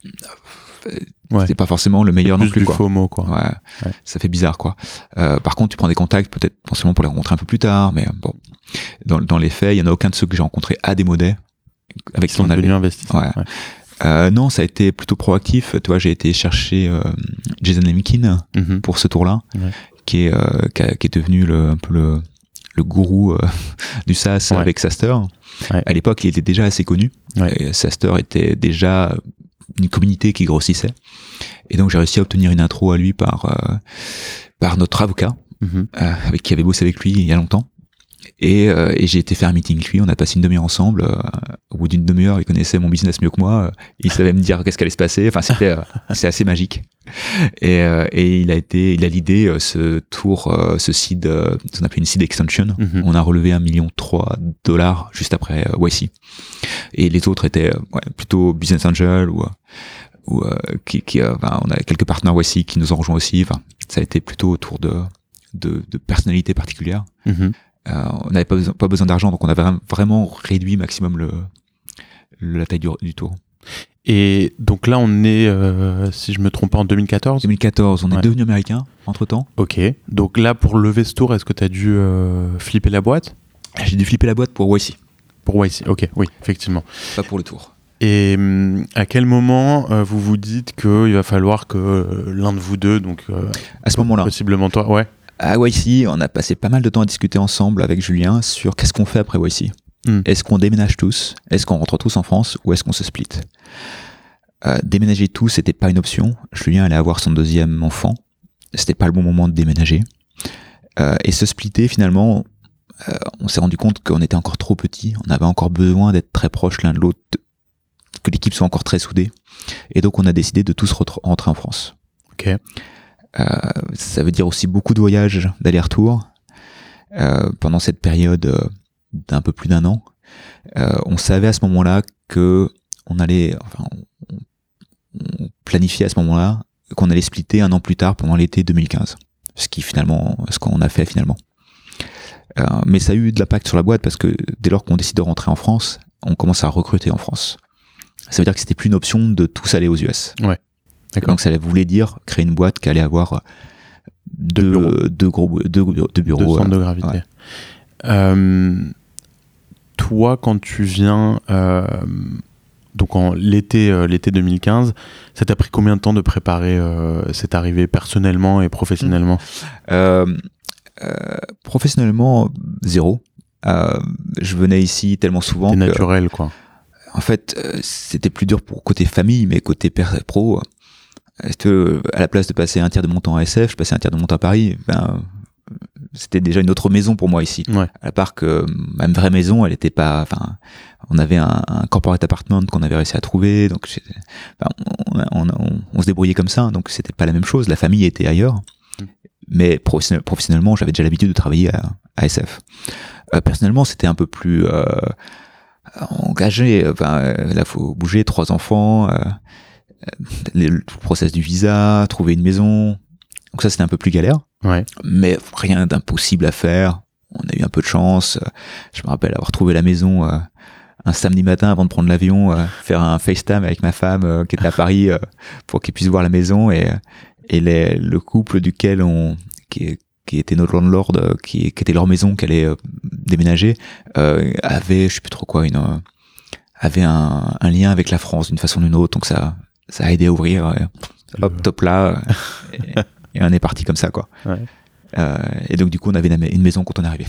S2: ouais. c'est pas forcément le meilleur
S1: plus
S2: non plus,
S1: du
S2: quoi.
S1: FOMO, quoi.
S2: Ouais. ouais. Ça fait bizarre, quoi. Euh, par contre, tu prends des contacts, peut-être potentiellement pour les rencontrer un peu plus tard, mais bon. Dans, dans les faits, il y en a aucun de ceux que j'ai rencontrés à des modèles avec qui on a
S1: devenu investisseur.
S2: Ouais. Ouais. Euh, non, ça a été plutôt proactif. Tu vois, j'ai été chercher euh, Jason Lemkin mm-hmm. pour ce tour-là, ouais. qui est euh, qui, a, qui est devenu le, un peu le le gourou euh, du SaaS ouais. avec SaaStr. Ouais. À l'époque, il était déjà assez connu. Ouais. Et SaaStr était déjà une communauté qui grossissait. Et donc, j'ai réussi à obtenir une intro à lui par euh, par notre avocat, mm-hmm. euh, avec qui avait bossé avec lui il y a longtemps. Et, euh, et j'ai été faire un meeting avec lui, on a passé une demi-heure ensemble. Euh, au bout d'une demi-heure, il connaissait mon business mieux que moi. Euh, il savait me dire qu'est-ce qui allait se passer. Enfin, c'était euh, c'est assez magique. Et, euh, et il a été, il a l'idée euh, ce tour, euh, ce seed, euh, ce qu'on appelle une seed extension. Mm-hmm. On a relevé un million trois dollars juste après euh, Y C. Et les autres étaient euh, ouais, plutôt business angel ou ou euh, qui, qui euh, ben, on a quelques partenaires Y C qui nous ont rejoints aussi. Enfin, ça a été plutôt autour de de, de personnalités particulières. Mm-hmm. Euh, on n'avait pas besoin, pas besoin d'argent, donc on avait vraiment réduit maximum le, le la taille du, du tour.
S1: Et donc là, on est, euh, si je me trompe pas, en deux mille quatorze.
S2: deux mille quatorze, on ouais. est devenu américain entre temps.
S1: Ok. Donc là, pour lever ce tour, est-ce que tu as dû euh, flipper la boîte?
S2: J'ai dû flipper la boîte pour Y C.
S1: Pour Y C, ok, oui, effectivement.
S2: Pas pour le tour.
S1: Et hum, à quel moment euh, vous vous dites qu'il va falloir que euh, l'un de vous deux, donc euh,
S2: à ce moment-là,
S1: possiblement toi, ouais.
S2: À Y C, on a passé pas mal de temps à discuter ensemble avec Julien sur qu'est-ce qu'on fait après Y C. Mmh. Est-ce qu'on déménage tous? Est-ce qu'on rentre tous en France? Ou est-ce qu'on se split? euh, Déménager tous, c'était pas une option. Julien allait avoir son deuxième enfant. C'était pas le bon moment de déménager. Euh, et se splitter, finalement, euh, on s'est rendu compte qu'on était encore trop petits. On avait encore besoin d'être très proches l'un de l'autre, que l'équipe soit encore très soudée. Et donc, on a décidé de tous rentrer en France.
S1: Ok.
S2: Euh, ça veut dire aussi beaucoup de voyages d'aller-retour. Euh, pendant cette période euh, d'un peu plus d'un an, euh, on savait à ce moment-là que on allait, enfin, on, on planifiait à ce moment-là qu'on allait splitter un an plus tard pendant l'été deux mille quinze. Ce qui finalement, ce qu'on a fait finalement. Euh, mais ça a eu de l'impact sur la boîte parce que dès lors qu'on décide de rentrer en France, on commence à recruter en France. Ça veut dire que c'était plus une option de tous aller aux U S.
S1: Ouais. D'accord.
S2: Donc ça voulait dire créer une boîte qui allait avoir deux, deux bureaux, deux gros, deux, deux bureaux,
S1: deux centres de gravité. Ouais. Euh, toi, quand tu viens, euh, donc en l'été, euh, l'été deux mille quinze, ça t'a pris combien de temps de préparer euh, cette arrivée personnellement et professionnellement?
S2: euh, euh, Professionnellement, zéro. Euh, je venais ici tellement souvent.
S1: C'était naturel, quoi.
S2: En fait, euh, c'était plus dur pour côté famille, mais côté pro. Euh, à la place de passer un tiers de mon temps à S F, je passais un tiers de mon temps à Paris. Ben, c'était déjà une autre maison pour moi ici.
S1: Ouais.
S2: À part que ma vraie maison, elle était pas. Enfin, on avait un, un corporate apartment qu'on avait réussi à trouver, donc enfin, on, on, on, on se débrouillait comme ça. Donc c'était pas la même chose. La famille était ailleurs, mmh. mais professionnel, professionnellement, j'avais déjà l'habitude de travailler à, à S F. Euh, personnellement, c'était un peu plus euh, engagé. Enfin, là, faut bouger, trois enfants. Euh, le process du visa, trouver une maison, donc ça c'était un peu plus galère,
S1: ouais.
S2: mais rien d'impossible à faire. On a eu un peu de chance. Je me rappelle avoir trouvé la maison euh, un samedi matin avant de prendre l'avion, euh, faire un FaceTime avec ma femme euh, qui était à Paris euh, pour qu'elle puisse voir la maison, et, et les, le couple duquel on qui, qui était notre landlord, euh, qui, qui était leur maison, qui allait euh, déménager, euh, avait je sais plus trop quoi, une euh, avait un, un lien avec la France d'une façon ou d'une autre, donc ça ça a aidé à ouvrir, euh, hop, top là, et, et on est parti comme ça, quoi.
S1: Ouais.
S2: Euh, et donc, du coup, on avait une maison quand on est arrivé.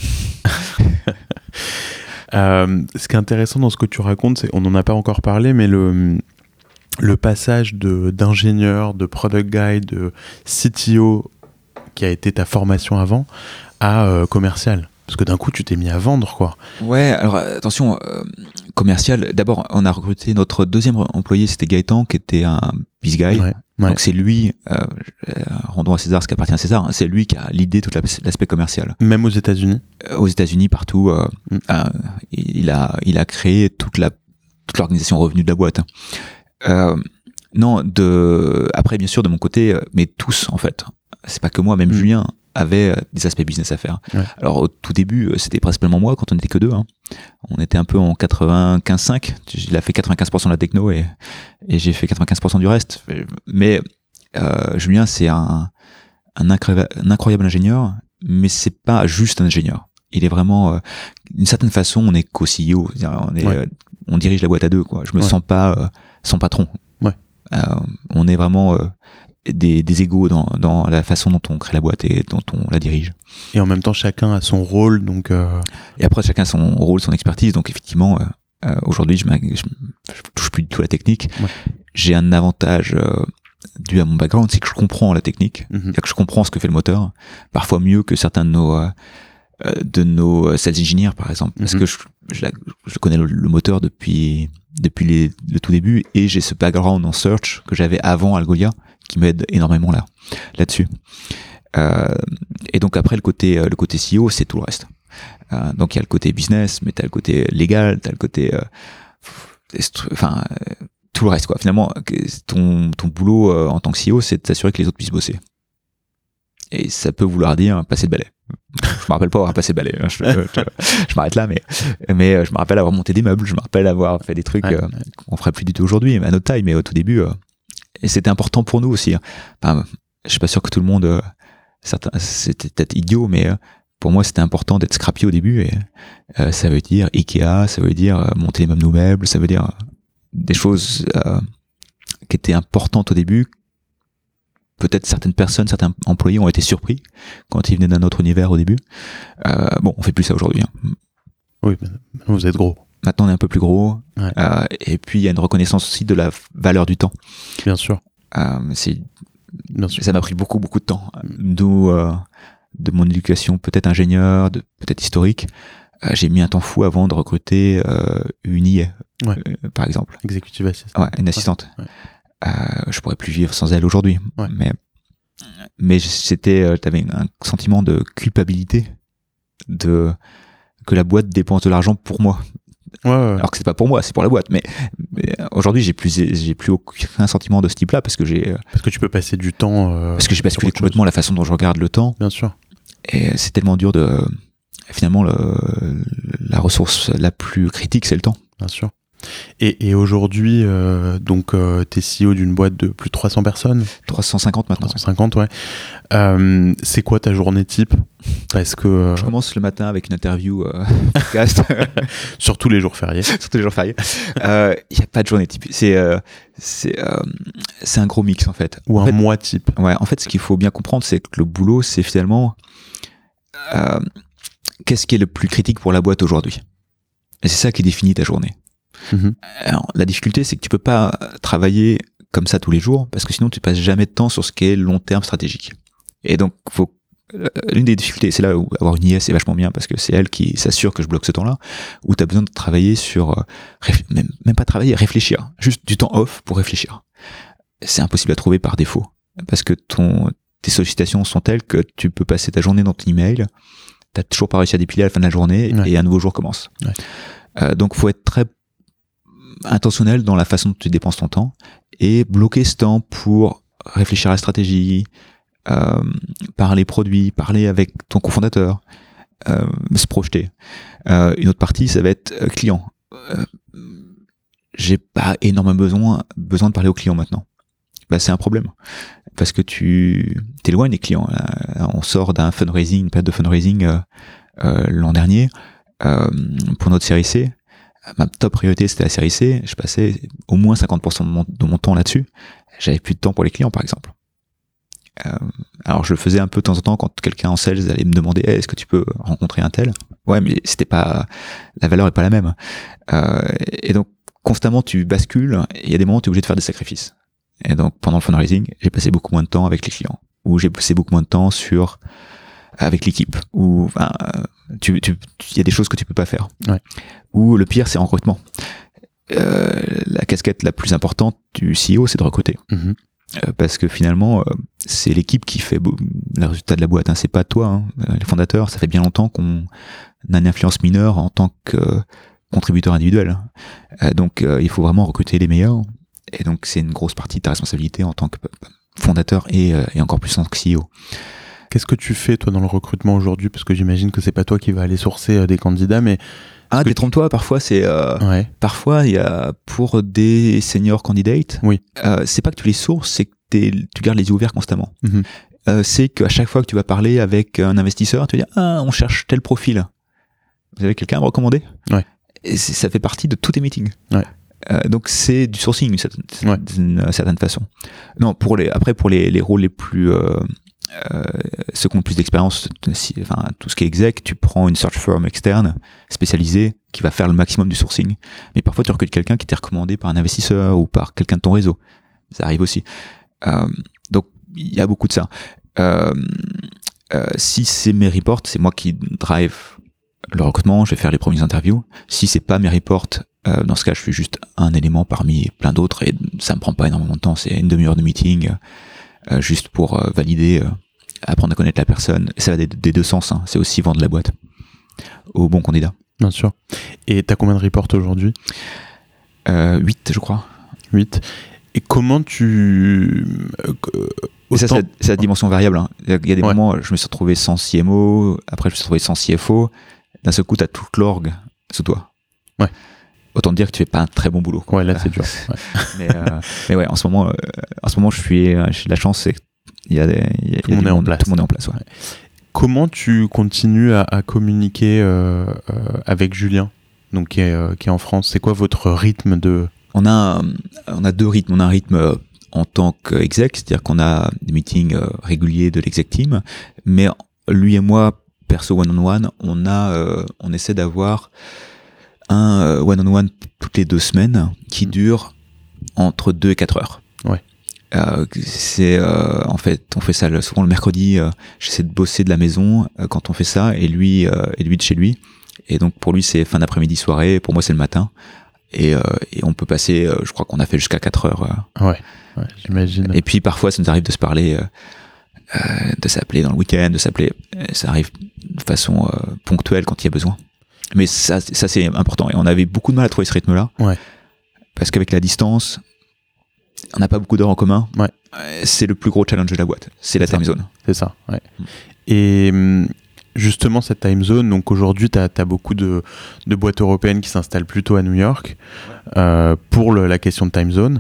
S1: euh, ce qui est intéressant dans ce que tu racontes, c'est, on n'en a pas encore parlé, mais le, le passage de, d'ingénieur, de product guy, de C T O, qui a été ta formation avant, à euh, commercial. Parce que d'un coup, tu t'es mis à vendre, quoi.
S2: Ouais, alors attention, euh, commercial, d'abord, on a recruté notre deuxième employé, c'était Gaëtan, qui était un biz guy. Ouais, ouais. Donc c'est lui, euh, rendons à César ce qui appartient à César, hein, c'est lui qui a l'idée tout l'aspect commercial.
S1: Même aux États-Unis
S2: euh, Aux États-Unis, partout, euh, mm. euh, il, a, il a créé toute, la, toute l'organisation revenu de la boîte. Euh, non, de, après, bien sûr, de mon côté, mais tous, en fait. C'est pas que moi, même mm. Julien avait des aspects business à faire. Ouais. Alors au tout début, c'était principalement moi quand on n'était que deux. Hein. On était un peu en quatre-vingt-quinze cinq. Il a fait quatre-vingt-quinze pour cent de la techno et, et j'ai fait quatre-vingt-quinze pour cent du reste. Mais euh, Julien, c'est un, un, incroyable, un incroyable ingénieur, mais c'est pas juste un ingénieur. Il est vraiment, euh, d'une certaine façon, on est co-C E O. On, est, ouais. euh, on dirige la boîte à deux, quoi. Je me ouais. sens pas euh, son patron.
S1: Ouais.
S2: Euh, on est vraiment euh, des, des égos dans, dans la façon dont on crée la boîte et dont on la dirige.
S1: Et en même temps, chacun a son rôle, donc. Euh...
S2: Et après, chacun a son rôle, son expertise. Donc effectivement, euh, euh, aujourd'hui, je, je, je touche plus du tout à la technique. Ouais. J'ai un avantage euh, dû à mon background, c'est que je comprends la technique, mm-hmm. c'est-à-dire que je comprends ce que fait le moteur, parfois mieux que certains de nos euh, de nos sales engineers, par exemple, parce mm-hmm. que je, je, je connais le, le moteur depuis depuis les, le tout début, et j'ai ce background en search que j'avais avant Algolia, qui m'aide énormément là là-dessus. Euh, et donc après le côté le côté C E O, c'est tout le reste. Euh, donc il y a le côté business, mais t'as le côté légal, t'as le côté, euh, enfin euh, tout le reste, quoi. Finalement, ton ton boulot euh, en tant que C E O, c'est de s'assurer que les autres puissent bosser. Et ça peut vouloir dire passer le balai. Je me rappelle pas avoir passé le balai. Je, je, je, je m'arrête là, mais mais je me rappelle avoir monté des meubles. Je me rappelle avoir fait des trucs ouais, euh, ouais. qu'on ferait plus du tout aujourd'hui, mais à notre taille. Mais au tout début, euh, et c'était important pour nous aussi. Enfin, je suis pas sûr que tout le monde, euh, certains, c'était peut-être idiot, mais euh, pour moi, c'était important d'être scrappy au début. Et euh, ça veut dire Ikea, ça veut dire euh, monter les meubles, nos meubles, ça veut dire euh, des choses euh, qui étaient importantes au début. Peut-être certaines personnes, certains employés ont été surpris quand ils venaient d'un autre univers au début. Euh, bon, on fait plus ça aujourd'hui. Hein.
S1: Oui, vous êtes gros.
S2: Maintenant, on est un peu plus gros.
S1: Ouais.
S2: Euh, et puis, il y a une reconnaissance aussi de la valeur du temps.
S1: Bien sûr.
S2: Euh, c'est,
S1: Bien sûr.
S2: Ça m'a pris beaucoup, beaucoup de temps. D'où euh, de mon éducation peut-être ingénieur, de, peut-être historique. Euh, j'ai mis un temps fou avant de recruter euh, une I A,
S1: ouais.
S2: euh, par exemple.
S1: Executive assistant.
S2: Ouais, une assistante.
S1: Ouais.
S2: Euh, je pourrais plus vivre sans elle aujourd'hui.
S1: Ouais.
S2: Mais, mais c'était, euh, t'avais un sentiment de culpabilité, de que la boîte dépense de l'argent pour moi.
S1: Ouais, ouais.
S2: Alors que c'est pas pour moi, c'est pour la boîte. Mais, mais aujourd'hui, j'ai plus, j'ai plus aucun sentiment de ce type-là parce que j'ai.
S1: Parce que tu peux passer du temps. Euh,
S2: parce que j'ai basculé complètement chose. La façon dont je regarde le temps.
S1: Bien sûr.
S2: Et c'est tellement dur de. Finalement, le, la ressource la plus critique, c'est le temps.
S1: Bien sûr. Et, et aujourd'hui, euh, donc, euh, t'es C E O d'une boîte de plus de trois cents personnes.
S2: trois cent cinquante maintenant.
S1: trois cent cinquante, ouais. Euh, c'est quoi ta journée type? Parce que euh...
S2: je commence le matin avec une interview euh, podcast.
S1: Sur tous les jours fériés.
S2: Sur tous les jours fériés. Il euh, n'y a pas de journée type. C'est euh, c'est euh, c'est un gros mix en fait.
S1: Ou
S2: en
S1: un
S2: fait,
S1: mois type.
S2: Ouais. En fait, ce qu'il faut bien comprendre, c'est que le boulot, c'est finalement euh, qu'est-ce qui est le plus critique pour la boîte aujourd'hui. Et c'est ça qui définit ta journée. Mmh. Alors, la difficulté, c'est que tu peux pas travailler comme ça tous les jours, parce que sinon tu passes jamais de temps sur ce qui est long terme stratégique. Et donc, faut, euh, l'une des difficultés, c'est là où avoir une I A, c'est vachement bien, parce que c'est elle qui s'assure que je bloque ce temps-là, où tu as besoin de travailler sur, euh, réf- même, même pas travailler, réfléchir, juste du temps off pour réfléchir. C'est impossible à trouver par défaut, parce que ton, tes sollicitations sont telles que tu peux passer ta journée dans ton email, t'as toujours pas réussi à dépiler à la fin de la journée, ouais. Et un nouveau jour commence. Ouais. Euh, donc, faut être très intentionnel dans la façon dont tu dépenses ton temps et bloquer ce temps pour réfléchir à la stratégie, euh, parler produit, parler avec ton cofondateur, euh, se projeter. Euh, une autre partie, ça va être euh, client. Euh, j'ai pas énormément besoin, besoin de parler aux clients maintenant. Bah, c'est un problème parce que tu t'éloignes des clients. Là, on sort d'un fundraising, une période de fundraising euh, euh, l'an dernier euh, pour notre série C. Ma top priorité, c'était la série C. Je passais au moins cinquante pour cent de mon, de mon temps là-dessus. J'avais plus de temps pour les clients, par exemple. Euh, alors, je le faisais un peu de temps en temps quand quelqu'un en sales allait me demander hey, « Est-ce que tu peux rencontrer un tel ?» Ouais, mais c'était pas, la valeur est pas la même. Euh, et donc, constamment, tu bascules et il y a des moments où tu es obligé de faire des sacrifices. Et donc, pendant le fundraising, j'ai passé beaucoup moins de temps avec les clients, ou j'ai passé beaucoup moins de temps sur avec l'équipe, ou enfin, tu, tu, il y a des choses que tu peux pas faire.
S1: Ouais.
S2: Ou le pire, c'est en recrutement. Euh, la casquette la plus importante du C E O, c'est de recruter.
S1: Mm-hmm.
S2: Euh, parce que finalement, euh, c'est l'équipe qui fait beau, le résultat de la boîte. Hein, c'est pas toi, hein, les fondateurs. Ça fait bien longtemps qu'on a une influence mineure en tant que euh, contributeur individuel. Euh, donc, euh, il faut vraiment recruter les meilleurs. Et donc, c'est une grosse partie de ta responsabilité en tant que fondateur et, euh, et encore plus en tant que C E O.
S1: Qu'est-ce que tu fais, toi, dans le recrutement aujourd'hui? Parce que j'imagine que c'est pas toi qui vas aller sourcer euh, des candidats, mais...
S2: Ah, détrompe-toi, parfois, c'est... Euh,
S1: ouais.
S2: Parfois, il y a, pour des senior candidates,
S1: oui.
S2: euh, c'est pas que tu les sources, c'est que tu gardes les yeux ouverts constamment.
S1: Mm-hmm.
S2: Euh, c'est qu'à chaque fois que tu vas parler avec un investisseur, tu vas dire « Ah, on cherche tel profil. Vous avez quelqu'un à me recommander ?»
S1: Ouais.
S2: Et ça fait partie de tous tes meetings.
S1: Ouais.
S2: Euh, donc, c'est du sourcing, d'une certaine,
S1: ouais.
S2: d'une certaine façon. Non, pour les, après, pour les, les rôles les plus... Euh, Euh, ceux qui ont plus d'expérience, si, enfin tout ce qui est exec, tu prends une search firm externe spécialisée qui va faire le maximum du sourcing. Mais parfois tu recrutes quelqu'un qui t'est recommandé par un investisseur ou par quelqu'un de ton réseau. Ça arrive aussi. Euh, donc il y a beaucoup de ça. Euh, euh, si c'est mes reports, c'est moi qui drive le recrutement, je vais faire les premières interviews. Si c'est pas mes reports, euh, dans ce cas je suis juste un élément parmi plein d'autres et ça me prend pas énormément de temps. C'est une demi-heure de meeting. Euh, juste pour euh, valider, euh, apprendre à connaître la personne. Ça va des, des deux sens, hein. C'est aussi vendre la boîte au bon candidat.
S1: Bien sûr. Et t'as combien de reports aujourd'hui?
S2: euh, huit, je crois.
S1: huit. Et comment tu...
S2: Euh, autant... Ça, c'est, c'est la dimension variable. Hein. Il y a des ouais. moments, je me suis retrouvé sans C M O, après je me suis retrouvé sans C F O. D'un seul coup, t'as toute l'orgue sous toi.
S1: Ouais.
S2: Autant te dire que tu fais pas un très bon boulot, quoi.
S1: Ouais, là c'est dur. Ouais.
S2: mais, euh, mais ouais, en ce moment, euh, en ce moment, je suis, j'ai de la chance, c'est qu'il y a, des, il y a,
S1: tout le monde est en place.
S2: Tout le monde est en place. Ouais.
S1: Ouais. Comment tu continues à, à communiquer euh, euh, avec Julien, donc qui est, euh, qui est en France? C'est quoi votre rythme de...
S2: On a, on a deux rythmes. On a un rythme euh, en tant qu'exec, c'est-à-dire qu'on a des meetings euh, réguliers de l'exec team, mais lui et moi, perso one-on-one, on a, euh, on essaie d'avoir un euh, one-on-one toutes les deux semaines qui dure entre deux et quatre heures.
S1: Ouais.
S2: Euh, c'est euh, en fait, on fait ça le, souvent le mercredi. Euh, j'essaie de bosser de la maison euh, quand on fait ça, et lui, euh, et lui de chez lui. Et donc pour lui, c'est fin d'après-midi, soirée. Pour moi, c'est le matin. Et, euh, et on peut passer, euh, je crois qu'on a fait jusqu'à quatre heures.
S1: Euh. Ouais, ouais, j'imagine.
S2: Et puis parfois, ça nous arrive de se parler, euh, euh, de s'appeler dans le week-end, de s'appeler. Ça arrive de façon euh, ponctuelle quand il y a besoin. Mais ça, ça c'est important. Et on avait beaucoup de mal à trouver ce rythme-là.
S1: Ouais.
S2: Parce qu'avec la distance, on n'a pas beaucoup d'heures en commun.
S1: Ouais.
S2: C'est le plus gros challenge de la boîte. C'est la
S1: ça.
S2: time zone.
S1: C'est ça, ouais. Mm. Et justement, cette time zone, donc aujourd'hui, tu as beaucoup de, de boîtes européennes qui s'installent plutôt à New York ouais. euh, pour le, la question de time zone.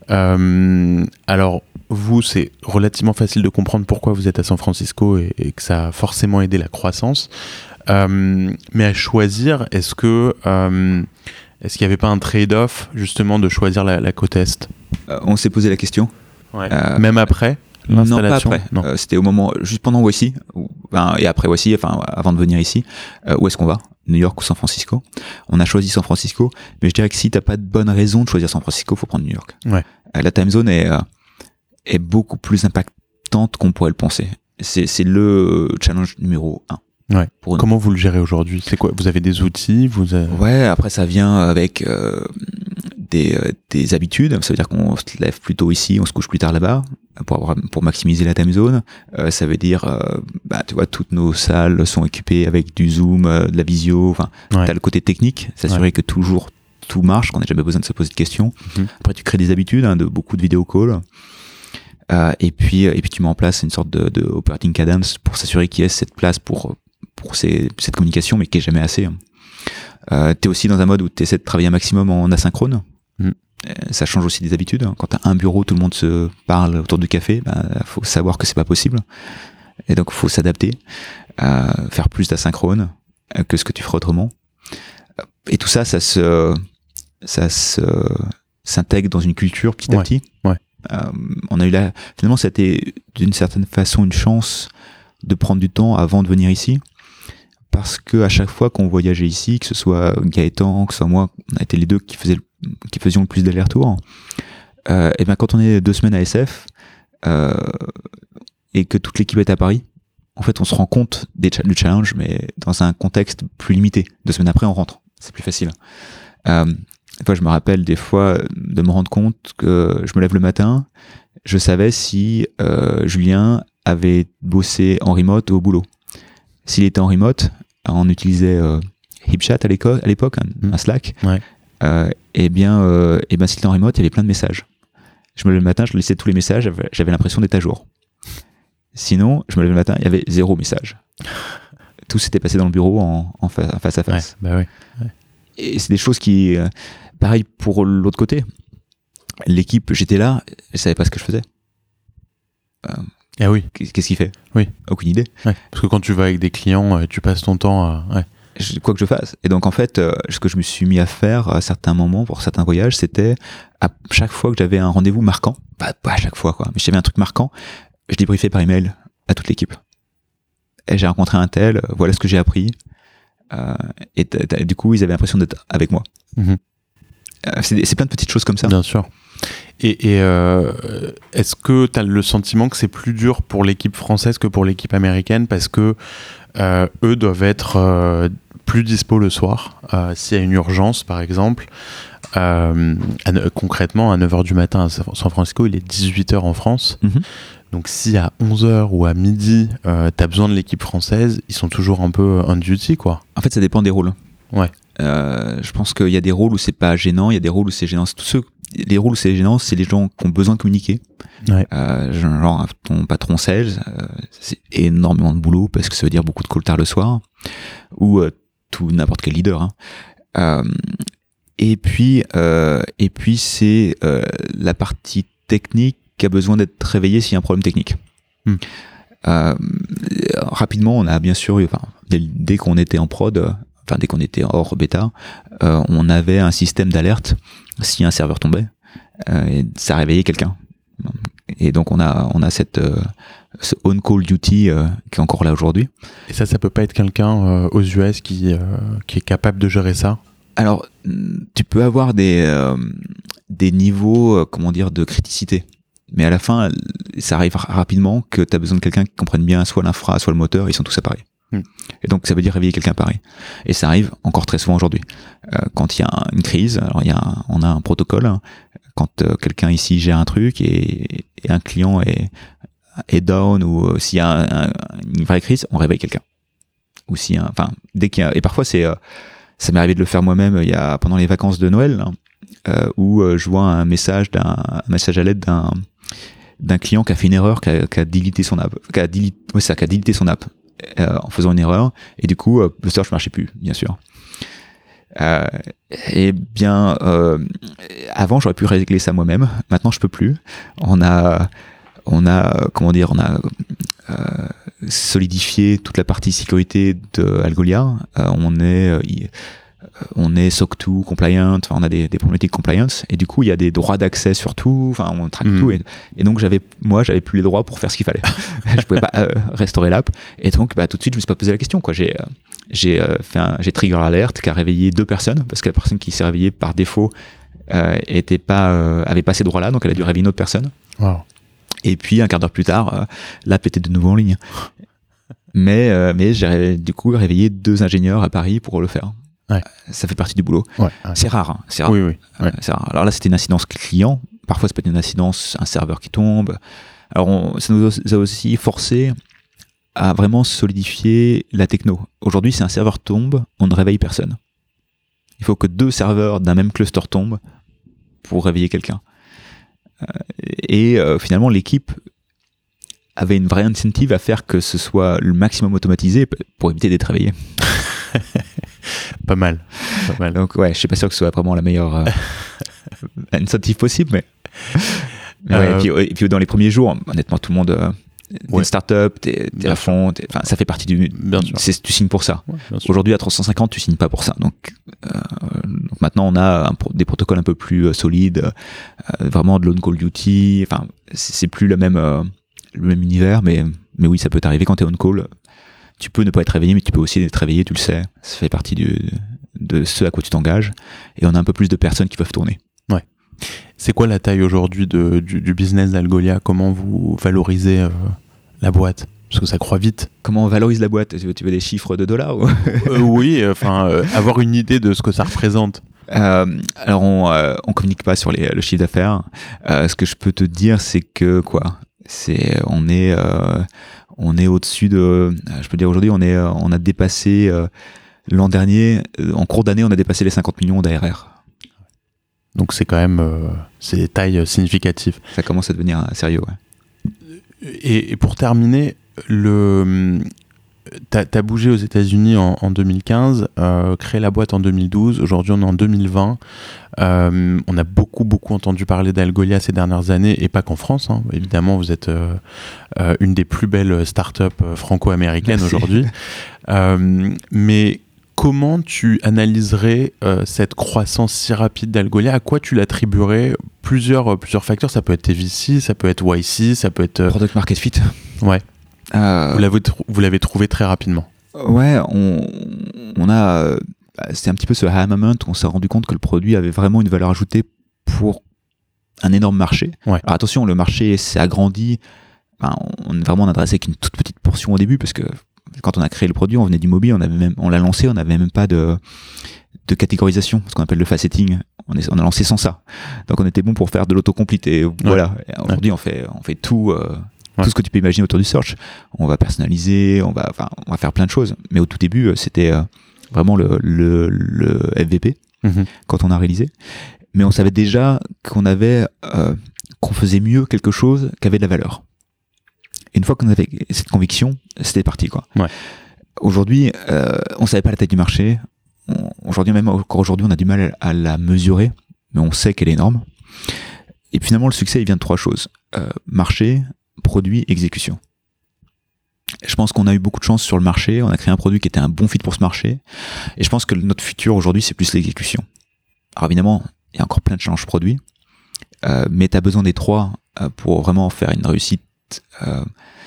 S1: Euh, alors, vous, c'est relativement facile de comprendre pourquoi vous êtes à San Francisco et, et que ça a forcément aidé la croissance. Euh, mais à choisir, est-ce que euh, est-ce qu'il n'y avait pas un trade-off justement de choisir la, la côte est?
S2: euh, On s'est posé la question.
S1: Ouais. Euh, Même après
S2: Non, pas après. Non. Euh, c'était au moment juste pendant W C, enfin, et après W C, enfin avant de venir ici. Euh, où est-ce qu'on va? New York ou San Francisco? On a choisi San Francisco, mais je dirais que si t'as pas de bonne raison de choisir San Francisco, faut prendre New York.
S1: Ouais.
S2: Euh, la time zone est euh, est beaucoup plus impactante qu'on pourrait le penser. C'est c'est le challenge numéro un.
S1: Ouais. Comment vous le gérez aujourd'hui? C'est quoi? Vous avez des outils? Vous avez...
S2: Ouais, après ça vient avec euh, des, euh, des habitudes. Ça veut dire qu'on se lève plus tôt ici, on se couche plus tard là-bas pour avoir, pour maximiser la time zone. Euh, ça veut dire, euh, bah tu vois, toutes nos salles sont équipées avec du Zoom, euh, de la visio. Enfin, ouais. T'as le côté technique, s'assurer ouais. que toujours tout marche, qu'on n'ait jamais besoin de se poser de questions. Mm-hmm. Après, tu crées des habitudes, hein, de beaucoup de vidéo calls. Euh, et puis, et puis tu mets en place une sorte de, de operating cadence pour s'assurer qu'il y ait cette place pour pour ces, cette communication, mais qui est jamais assez. Euh, t'es aussi dans un mode où t'essaies de travailler un maximum en asynchrone. Mm. Euh, ça change aussi des habitudes. Quand t'as un bureau, tout le monde se parle autour du café, bah, faut savoir que c'est pas possible. Et donc, faut s'adapter, euh, faire plus d'asynchrone euh, que ce que tu ferais autrement. Et tout ça, ça se, ça se, s'intègre dans une culture petit à
S1: ouais.
S2: petit.
S1: Ouais.
S2: Euh, on a eu là, finalement, c'était d'une certaine façon une chance de prendre du temps avant de venir ici. Parce que à chaque fois qu'on voyageait ici, que ce soit Gaëtan, que ce soit moi, on a été les deux qui faisaient, qui faisions le plus d'allers-retours. Euh, et ben quand on est deux semaines à S F euh, et que toute l'équipe est à Paris, en fait, on se rend compte des du challenge, mais dans un contexte plus limité. Deux semaines après, on rentre, c'est plus facile. Euh, des fois, je me rappelle des fois de me rendre compte que je me lève le matin, je savais si euh, Julien avait bossé en remote ou au boulot. S'il était en remote, on utilisait euh, HipChat à l'époque, à l'époque un, mmh. un Slack.
S1: Ouais.
S2: Euh, et bien, euh, et bien, s'il était en remote, il y avait plein de messages. Je me levais le matin, je laissais tous les messages, j'avais, j'avais l'impression d'être à jour. Sinon, je me levais le matin, il y avait zéro message. Tout s'était passé dans le bureau en, en, fa- en face à face.
S1: Ouais, bah ouais, ouais.
S2: Et c'est des choses qui, euh, pareil pour l'autre côté. L'équipe, j'étais là, je savais pas ce que je faisais. Euh,
S1: Ah oui.
S2: Qu'est-ce qu'il fait?
S1: Oui.
S2: Aucune idée.
S1: Ouais. Parce que quand tu vas avec des clients, tu passes ton temps à... Ouais.
S2: Je, quoi que je fasse. Et donc en fait, euh, ce que je me suis mis à faire à certains moments, pour certains voyages, c'était à chaque fois que j'avais un rendez-vous marquant, pas, pas à chaque fois quoi, mais si j'avais un truc marquant, je débriefais par email à toute l'équipe. Et j'ai rencontré un tel, voilà ce que j'ai appris. Euh, et t- t- du coup, ils avaient l'impression d'être avec moi.
S1: Mmh.
S2: Euh, c'est, c'est plein de petites choses comme ça.
S1: Bien sûr. Et, et euh, est-ce que tu as le sentiment que c'est plus dur pour l'équipe française que pour l'équipe américaine parce que euh, eux doivent être euh, plus dispo le soir euh, s'il y a une urgence par exemple euh, à, concrètement à neuf heures du matin à San Francisco, il est dix-huit heures en France. Mm-hmm. Donc si à onze heures ou à midi euh, tu as besoin de l'équipe française, ils sont toujours un peu on duty quoi.
S2: En fait ça dépend des rôles.
S1: Ouais.
S2: Euh, je pense qu'il y a des rôles où c'est pas gênant, il y a des rôles où c'est gênant. C'est tous ceux, les rôles où c'est gênant, c'est les gens qui ont besoin de communiquer.
S1: Ouais.
S2: Euh, genre ton patron sales, euh, c'est énormément de boulot parce que ça veut dire beaucoup de call tard le soir, ou euh, tout n'importe quel leader. Hein. Euh, et puis euh, et puis c'est euh, la partie technique qui a besoin d'être réveillée s'il y a un problème technique. Hmm. Euh, rapidement, on a bien sûr, enfin, dès, dès qu'on était en prod. Enfin, dès qu'on était hors bêta, euh, on avait un système d'alerte si un serveur tombait, euh, et ça réveillait quelqu'un. Et donc on a on a cette euh, ce on call duty euh, qui est encore là aujourd'hui.
S1: Et ça, ça peut pas être quelqu'un euh, aux U S qui euh, qui est capable de gérer ça?
S2: Alors tu peux avoir des euh, des niveaux euh, comment dire de criticité, mais à la fin ça arrive rapidement que tu as besoin de quelqu'un qui comprenne bien soit l'infra, soit le moteur, ils sont tous séparés. Hmm. Et donc ça veut dire réveiller quelqu'un pareil. Et ça arrive encore très souvent aujourd'hui. Euh, quand il y a une crise, alors il y a un, on a un protocole. Hein, quand euh, quelqu'un ici gère un truc et, et un client est, est down ou euh, s'il y a un, un, une vraie crise, on réveille quelqu'un. Ou si, enfin, dès qu'il y a, et parfois c'est, euh, ça m'est arrivé de le faire moi-même. Il y a pendant les vacances de Noël hein, euh, où euh, je vois un message d'un un message à l'aide d'un d'un client qui a fait une erreur, qui a, qui a deleté son app, qui a deleté, ouais, ça, qui a deleté son app. Euh, en faisant une erreur et du coup euh, le search marchait plus bien sûr euh, et bien euh, avant j'aurais pu régler ça moi-même, maintenant je peux plus. On a on a comment dire on a euh, solidifié toute la partie sécurité de Algolia. Euh, on est euh, on est S O C deux compliant, on a des, des problématiques compliance et du coup il y a des droits d'accès sur tout, enfin on traque mmh. tout et, et donc j'avais moi j'avais plus les droits pour faire ce qu'il fallait. Je pouvais pas euh, restaurer l'app et donc bah tout de suite je me suis pas posé la question quoi. J'ai euh, j'ai euh, fait un, j'ai trigger alert qui a réveillé deux personnes parce que la personne qui s'est réveillée par défaut euh, était pas euh, avait pas ces droits là donc elle a dû réveiller une autre personne. Wow. Et puis un quart d'heure plus tard euh, l'app était de nouveau en ligne. mais euh, mais j'ai du coup réveillé deux ingénieurs à Paris pour le faire. Ouais. Ça fait partie du boulot. Ouais, ouais. C'est rare, hein, c'est rare.
S1: Oui, oui, ouais.
S2: euh, c'est rare. Alors là, c'était une incidence client. Parfois, ça peut être une incidence, un serveur qui tombe. Alors, on, ça nous a aussi forcé à vraiment solidifier la techno. Aujourd'hui, si un serveur tombe, on ne réveille personne. Il faut que deux serveurs d'un même cluster tombent pour réveiller quelqu'un. Euh, et euh, finalement, l'équipe avait une vraie incentive à faire que ce soit le maximum automatisé pour éviter d'être réveillé.
S1: Pas mal, pas mal.
S2: Donc ouais, je suis pas sûr que ce soit vraiment la meilleure euh, incentive possible, mais, mais euh... ouais, et, puis, et puis dans les premiers jours, honnêtement, tout le monde, euh, t'es ouais. une startup, t'es, t'es à fond, t'es, ça fait partie du. Bien sûr. C'est, tu signes pour ça. Ouais, aujourd'hui à trois cent cinquante, tu signes pas pour ça. Donc, euh, donc maintenant, on a un, des protocoles un peu plus euh, solides, euh, vraiment de l'on call duty. Enfin, c'est, c'est plus le même euh, le même univers, mais mais oui, ça peut t'arriver quand t'es on call. Tu peux ne pas être réveillé, mais tu peux aussi être réveillé, tu le sais. Ça fait partie du, de ce à quoi tu t'engages. Et on a un peu plus de personnes qui peuvent tourner.
S1: Ouais. C'est quoi la taille aujourd'hui de, du, du business d'Algolia? Comment vous valorisez euh, la boîte? Parce que ça croît vite.
S2: Comment on valorise la boîte? Tu veux, tu veux des chiffres de dollars ou
S1: euh, Oui, enfin, euh, avoir une idée de ce que ça représente.
S2: Euh, alors, on euh, on communique pas sur les, le chiffre d'affaires. Euh, ce que je peux te dire, c'est que quoi C'est on est euh, on est au-dessus de, je peux dire aujourd'hui, on est, on a dépassé euh, l'an dernier, euh, en cours d'année, on a dépassé les cinquante millions d'A R R.
S1: Donc c'est quand même, euh, c'est des tailles significatives.
S2: Ça commence à devenir euh, sérieux, ouais.
S1: Et, et pour terminer, le, t'as, t'as bougé aux États-Unis en, en deux mille quinze, euh, créé la boîte en deux mille douze. Aujourd'hui, on est en deux mille vingt. Euh, on a beaucoup, beaucoup entendu parler d'Algolia ces dernières années, et pas qu'en France. Hein. Évidemment, vous êtes euh, euh, une des plus belles startups franco-américaines Merci. Aujourd'hui. Euh, mais comment tu analyserais euh, cette croissance si rapide d'Algolia? À quoi tu l'attribuerais? Plusieurs, euh, plusieurs facteurs. Ça peut être V C, ça peut être Y C, ça peut être... Euh...
S2: Product Market Fit.
S1: Ouais. Euh... Vous, l'avez tr- vous l'avez trouvé très rapidement.
S2: Ouais, on, on a... Euh... C'était un petit peu ce aha moment où on s'est rendu compte que le produit avait vraiment une valeur ajoutée pour un énorme marché. Ouais. Alors attention, le marché s'est agrandi. Enfin, on est vraiment adressé qu'une toute petite portion au début parce que quand on a créé le produit, on venait du mobile, on avait même, on l'a lancé, on n'avait même pas de, de catégorisation, ce qu'on appelle le faceting. On, est, on a lancé sans ça. Donc on était bon pour faire de l'autocomplete. Et ouais. voilà. Et aujourd'hui, ouais. on fait, on fait tout. Euh, Ouais. Tout ce que tu peux imaginer autour du search. On va personnaliser, on va, enfin, on va faire plein de choses. Mais au tout début, c'était euh, vraiment le, le, le F V P mm-hmm. quand on a réalisé. Mais on savait déjà qu'on avait, euh, qu'on faisait mieux quelque chose qu'avait de la valeur. Et une fois qu'on avait cette conviction, c'était parti, quoi. Ouais. Aujourd'hui, euh, on savait pas la taille du marché. On, aujourd'hui, même encore aujourd'hui, on a du mal à la mesurer, mais on sait qu'elle est énorme. Et finalement, le succès, il vient de trois choses. Euh, marché, produit, exécution. Je pense qu'on a eu beaucoup de chance sur le marché, on a créé un produit qui était un bon fit pour ce marché, et je pense que notre futur aujourd'hui, c'est plus l'exécution. Alors évidemment, il y a encore plein de challenges produits, euh, mais tu as besoin des trois euh, pour vraiment faire une réussite euh,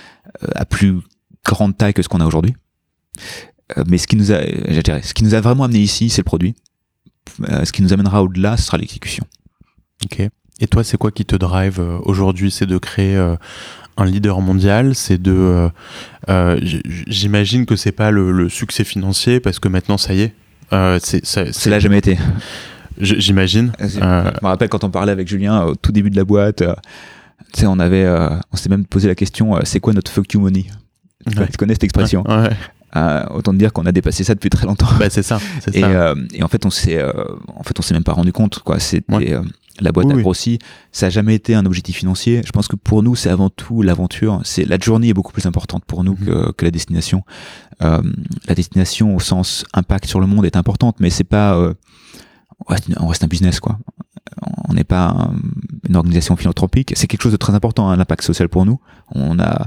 S2: à plus grande taille que ce qu'on a aujourd'hui. Euh, mais ce qui nous a, je dirais, ce qui nous a vraiment amené ici, c'est le produit. Euh, ce qui nous amènera au-delà, ce sera l'exécution.
S1: Ok. Et toi, c'est quoi qui te drive euh, aujourd'hui? C'est de créer euh, un leader mondial, c'est de... Euh, euh, j'imagine que c'est pas le, le succès financier, parce que maintenant, ça y est. Euh, c'est, c'est,
S2: c'est là jamais été.
S1: J'imagine.
S2: Euh, je me rappelle quand on parlait avec Julien au tout début de la boîte, euh, tu sais, on avait, euh, on s'était même posé la question, euh, c'est quoi notre fuck you money? Ouais. Tu connais cette expression?
S1: Ouais. Ouais.
S2: Euh, autant dire qu'on a dépassé ça depuis très longtemps.
S1: Bah, c'est ça. C'est
S2: et,
S1: ça.
S2: Euh, et en fait, on s'est, euh, en fait, on s'est même pas rendu compte, quoi. C'était,
S1: ouais.
S2: euh, la boîte
S1: oui,
S2: a grossi. Ça a jamais été un objectif financier. Je pense que pour nous, c'est avant tout l'aventure. C'est la journée est beaucoup plus importante pour nous mmh. que, que la destination. Euh, la destination au sens impact sur le monde est importante, mais c'est pas, euh, on, reste, on reste un business, quoi. On n'est pas un, une organisation philanthropique. C'est quelque chose de très important, hein, l'impact social pour nous. On a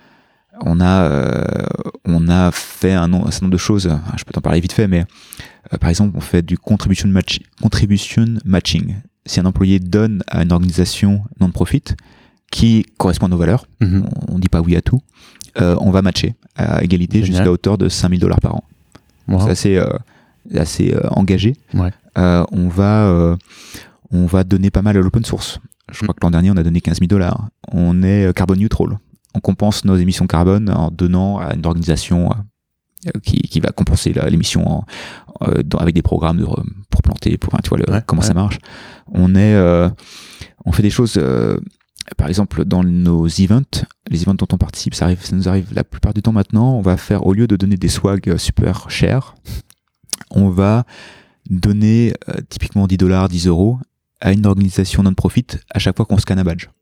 S2: On a, euh, on a fait un, un certain nombre de choses. Je peux t'en parler vite fait, mais euh, par exemple, on fait du contribution, match, contribution matching. Si un employé donne à une organisation non-profit qui correspond à nos valeurs, mm-hmm. on ne dit pas oui à tout, euh, on va matcher à égalité Génial. Jusqu'à hauteur de cinq mille dollars par an. Wow. C'est assez, euh, assez euh, engagé.
S1: Ouais.
S2: Euh, on va, euh, on va donner pas mal à l'open source. Je crois mm. que l'an dernier, on a donné quinze mille dollars. On est carbone neutral. On compense nos émissions carbone en donnant à une organisation euh, qui, qui va compenser la, l'émission en, euh, dans, avec des programmes de, pour planter, pour, tu vois le, ouais, comment ouais. ça marche. On est, euh, on fait des choses, euh, par exemple dans nos events, les events dont on participe, ça arrive, ça nous arrive la plupart du temps maintenant. On va faire, au lieu de donner des swags super chers, on va donner euh, typiquement dix dollars, dix euros à une organisation non-profit à chaque fois qu'on scanne un badge.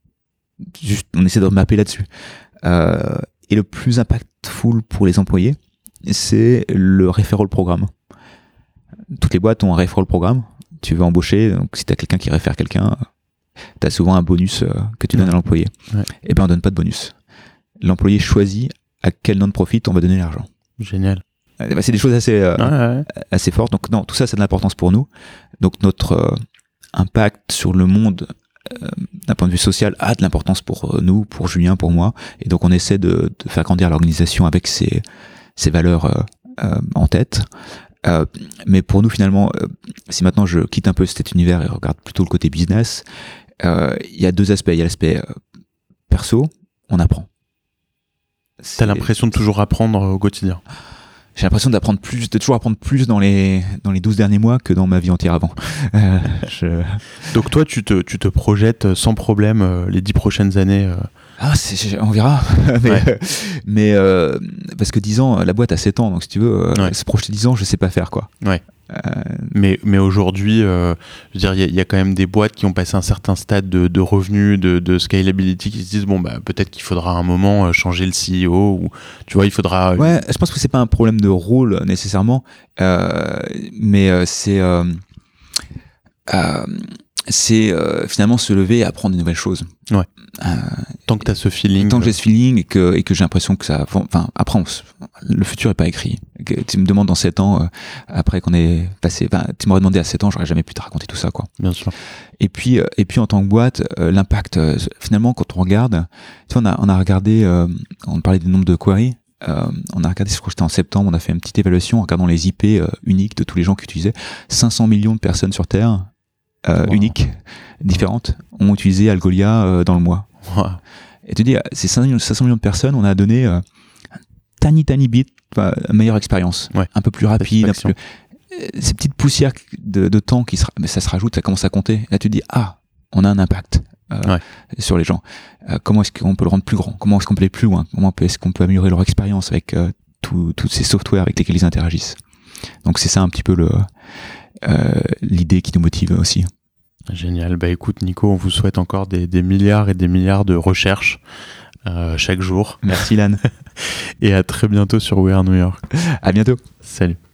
S2: Juste, on essaie de mapper là-dessus. Euh, et le plus impactful pour les employés, c'est le referral programme. Toutes les boîtes ont un referral programme. Tu veux embaucher, donc si tu as quelqu'un qui réfère quelqu'un, tu as souvent un bonus euh, que tu donnes à l'employé.
S1: Ouais.
S2: Et bien, on donne pas de bonus. L'employé choisit à quel non-profit on va donner l'argent.
S1: Génial.
S2: Euh, bah, c'est des choses assez, euh, ouais, ouais. assez fortes. Donc, non, tout ça, c'est de l'importance pour nous. Donc, notre euh, impact sur le monde, Euh, d'un point de vue social, a de l'importance pour euh, nous, pour Julien, pour moi, et donc on essaie de, de faire grandir l'organisation avec ces, ces valeurs euh, euh, en tête. Euh, mais pour nous finalement, euh, si maintenant je quitte un peu cet univers et regarde plutôt le côté business, il euh, y a deux aspects. Il y a l'aspect euh, perso, on apprend.
S1: C'est... T'as l'impression de toujours apprendre au quotidien?
S2: J'ai l'impression d'apprendre plus, de toujours apprendre plus dans les dans les douze derniers mois que dans ma vie entière avant. Euh, je...
S1: Donc toi, tu te tu te projettes sans problème euh, les dix prochaines années. Euh...
S2: Ah, c'est, on verra. mais ouais. euh, mais euh, parce que dix ans, la boîte a sept ans, donc si tu veux, euh, ouais. se projeter dix ans, je sais pas faire quoi.
S1: Ouais. Euh... Mais mais aujourd'hui, euh, je veux dire, il y, y a quand même des boîtes qui ont passé un certain stade de, de revenus, de, de scalability, qui se disent bon bah peut-être qu'il faudra à un moment changer le C E O ou tu vois, il faudra.
S2: Ouais, je pense que c'est pas un problème de rôle nécessairement, euh, mais euh, c'est euh, euh, c'est euh, finalement se lever et apprendre de nouvelles choses.
S1: Ouais.
S2: Euh,
S1: tant que tu as ce feeling.
S2: Tant que j'ai ce feeling et que, et que j'ai l'impression que ça... Enfin, après, on, le futur est pas écrit. Que tu me demandes dans sept ans, euh, après qu'on ait passé... Enfin, tu m'aurais demandé à sept ans, j'aurais jamais pu te raconter tout ça, quoi.
S1: Bien sûr.
S2: Et puis, euh, et puis en tant que boîte, euh, l'impact, euh, finalement, quand on regarde... Tu vois, on a, on a regardé... Euh, on parlait des nombres de queries. Euh, on a regardé, je crois que c'était en septembre, on a fait une petite évaluation en regardant les I P euh, uniques de tous les gens qui utilisaient. cinq cents millions de personnes sur Terre... Euh, wow. uniques, différentes, ont utilisé Algolia euh, dans le mois.
S1: Wow.
S2: Et tu dis, ces cinq cents millions de personnes, on a donné euh, un tiny tiny bit, enfin, une meilleure expérience,
S1: ouais.
S2: un peu plus rapide, un peu plus... ces petites poussières de, de temps qui se, mais ça se rajoute, ça commence à compter. Là, tu dis, ah, on a un impact euh, ouais. sur les gens. Euh, comment est-ce qu'on peut le rendre plus grand? Comment est-ce qu'on peut aller plus loin? Comment est-ce qu'on peut améliorer leur expérience avec euh, tous ces softwares avec lesquels ils interagissent? Donc c'est ça un petit peu le Euh, l'idée qui nous motive aussi.
S1: Génial. Bah écoute Nico, on vous souhaite encore des, des milliards et des milliards de recherches euh, chaque jour.
S2: Merci Lan.
S1: Et à très bientôt sur We Are New York.
S2: À bientôt.
S1: Salut.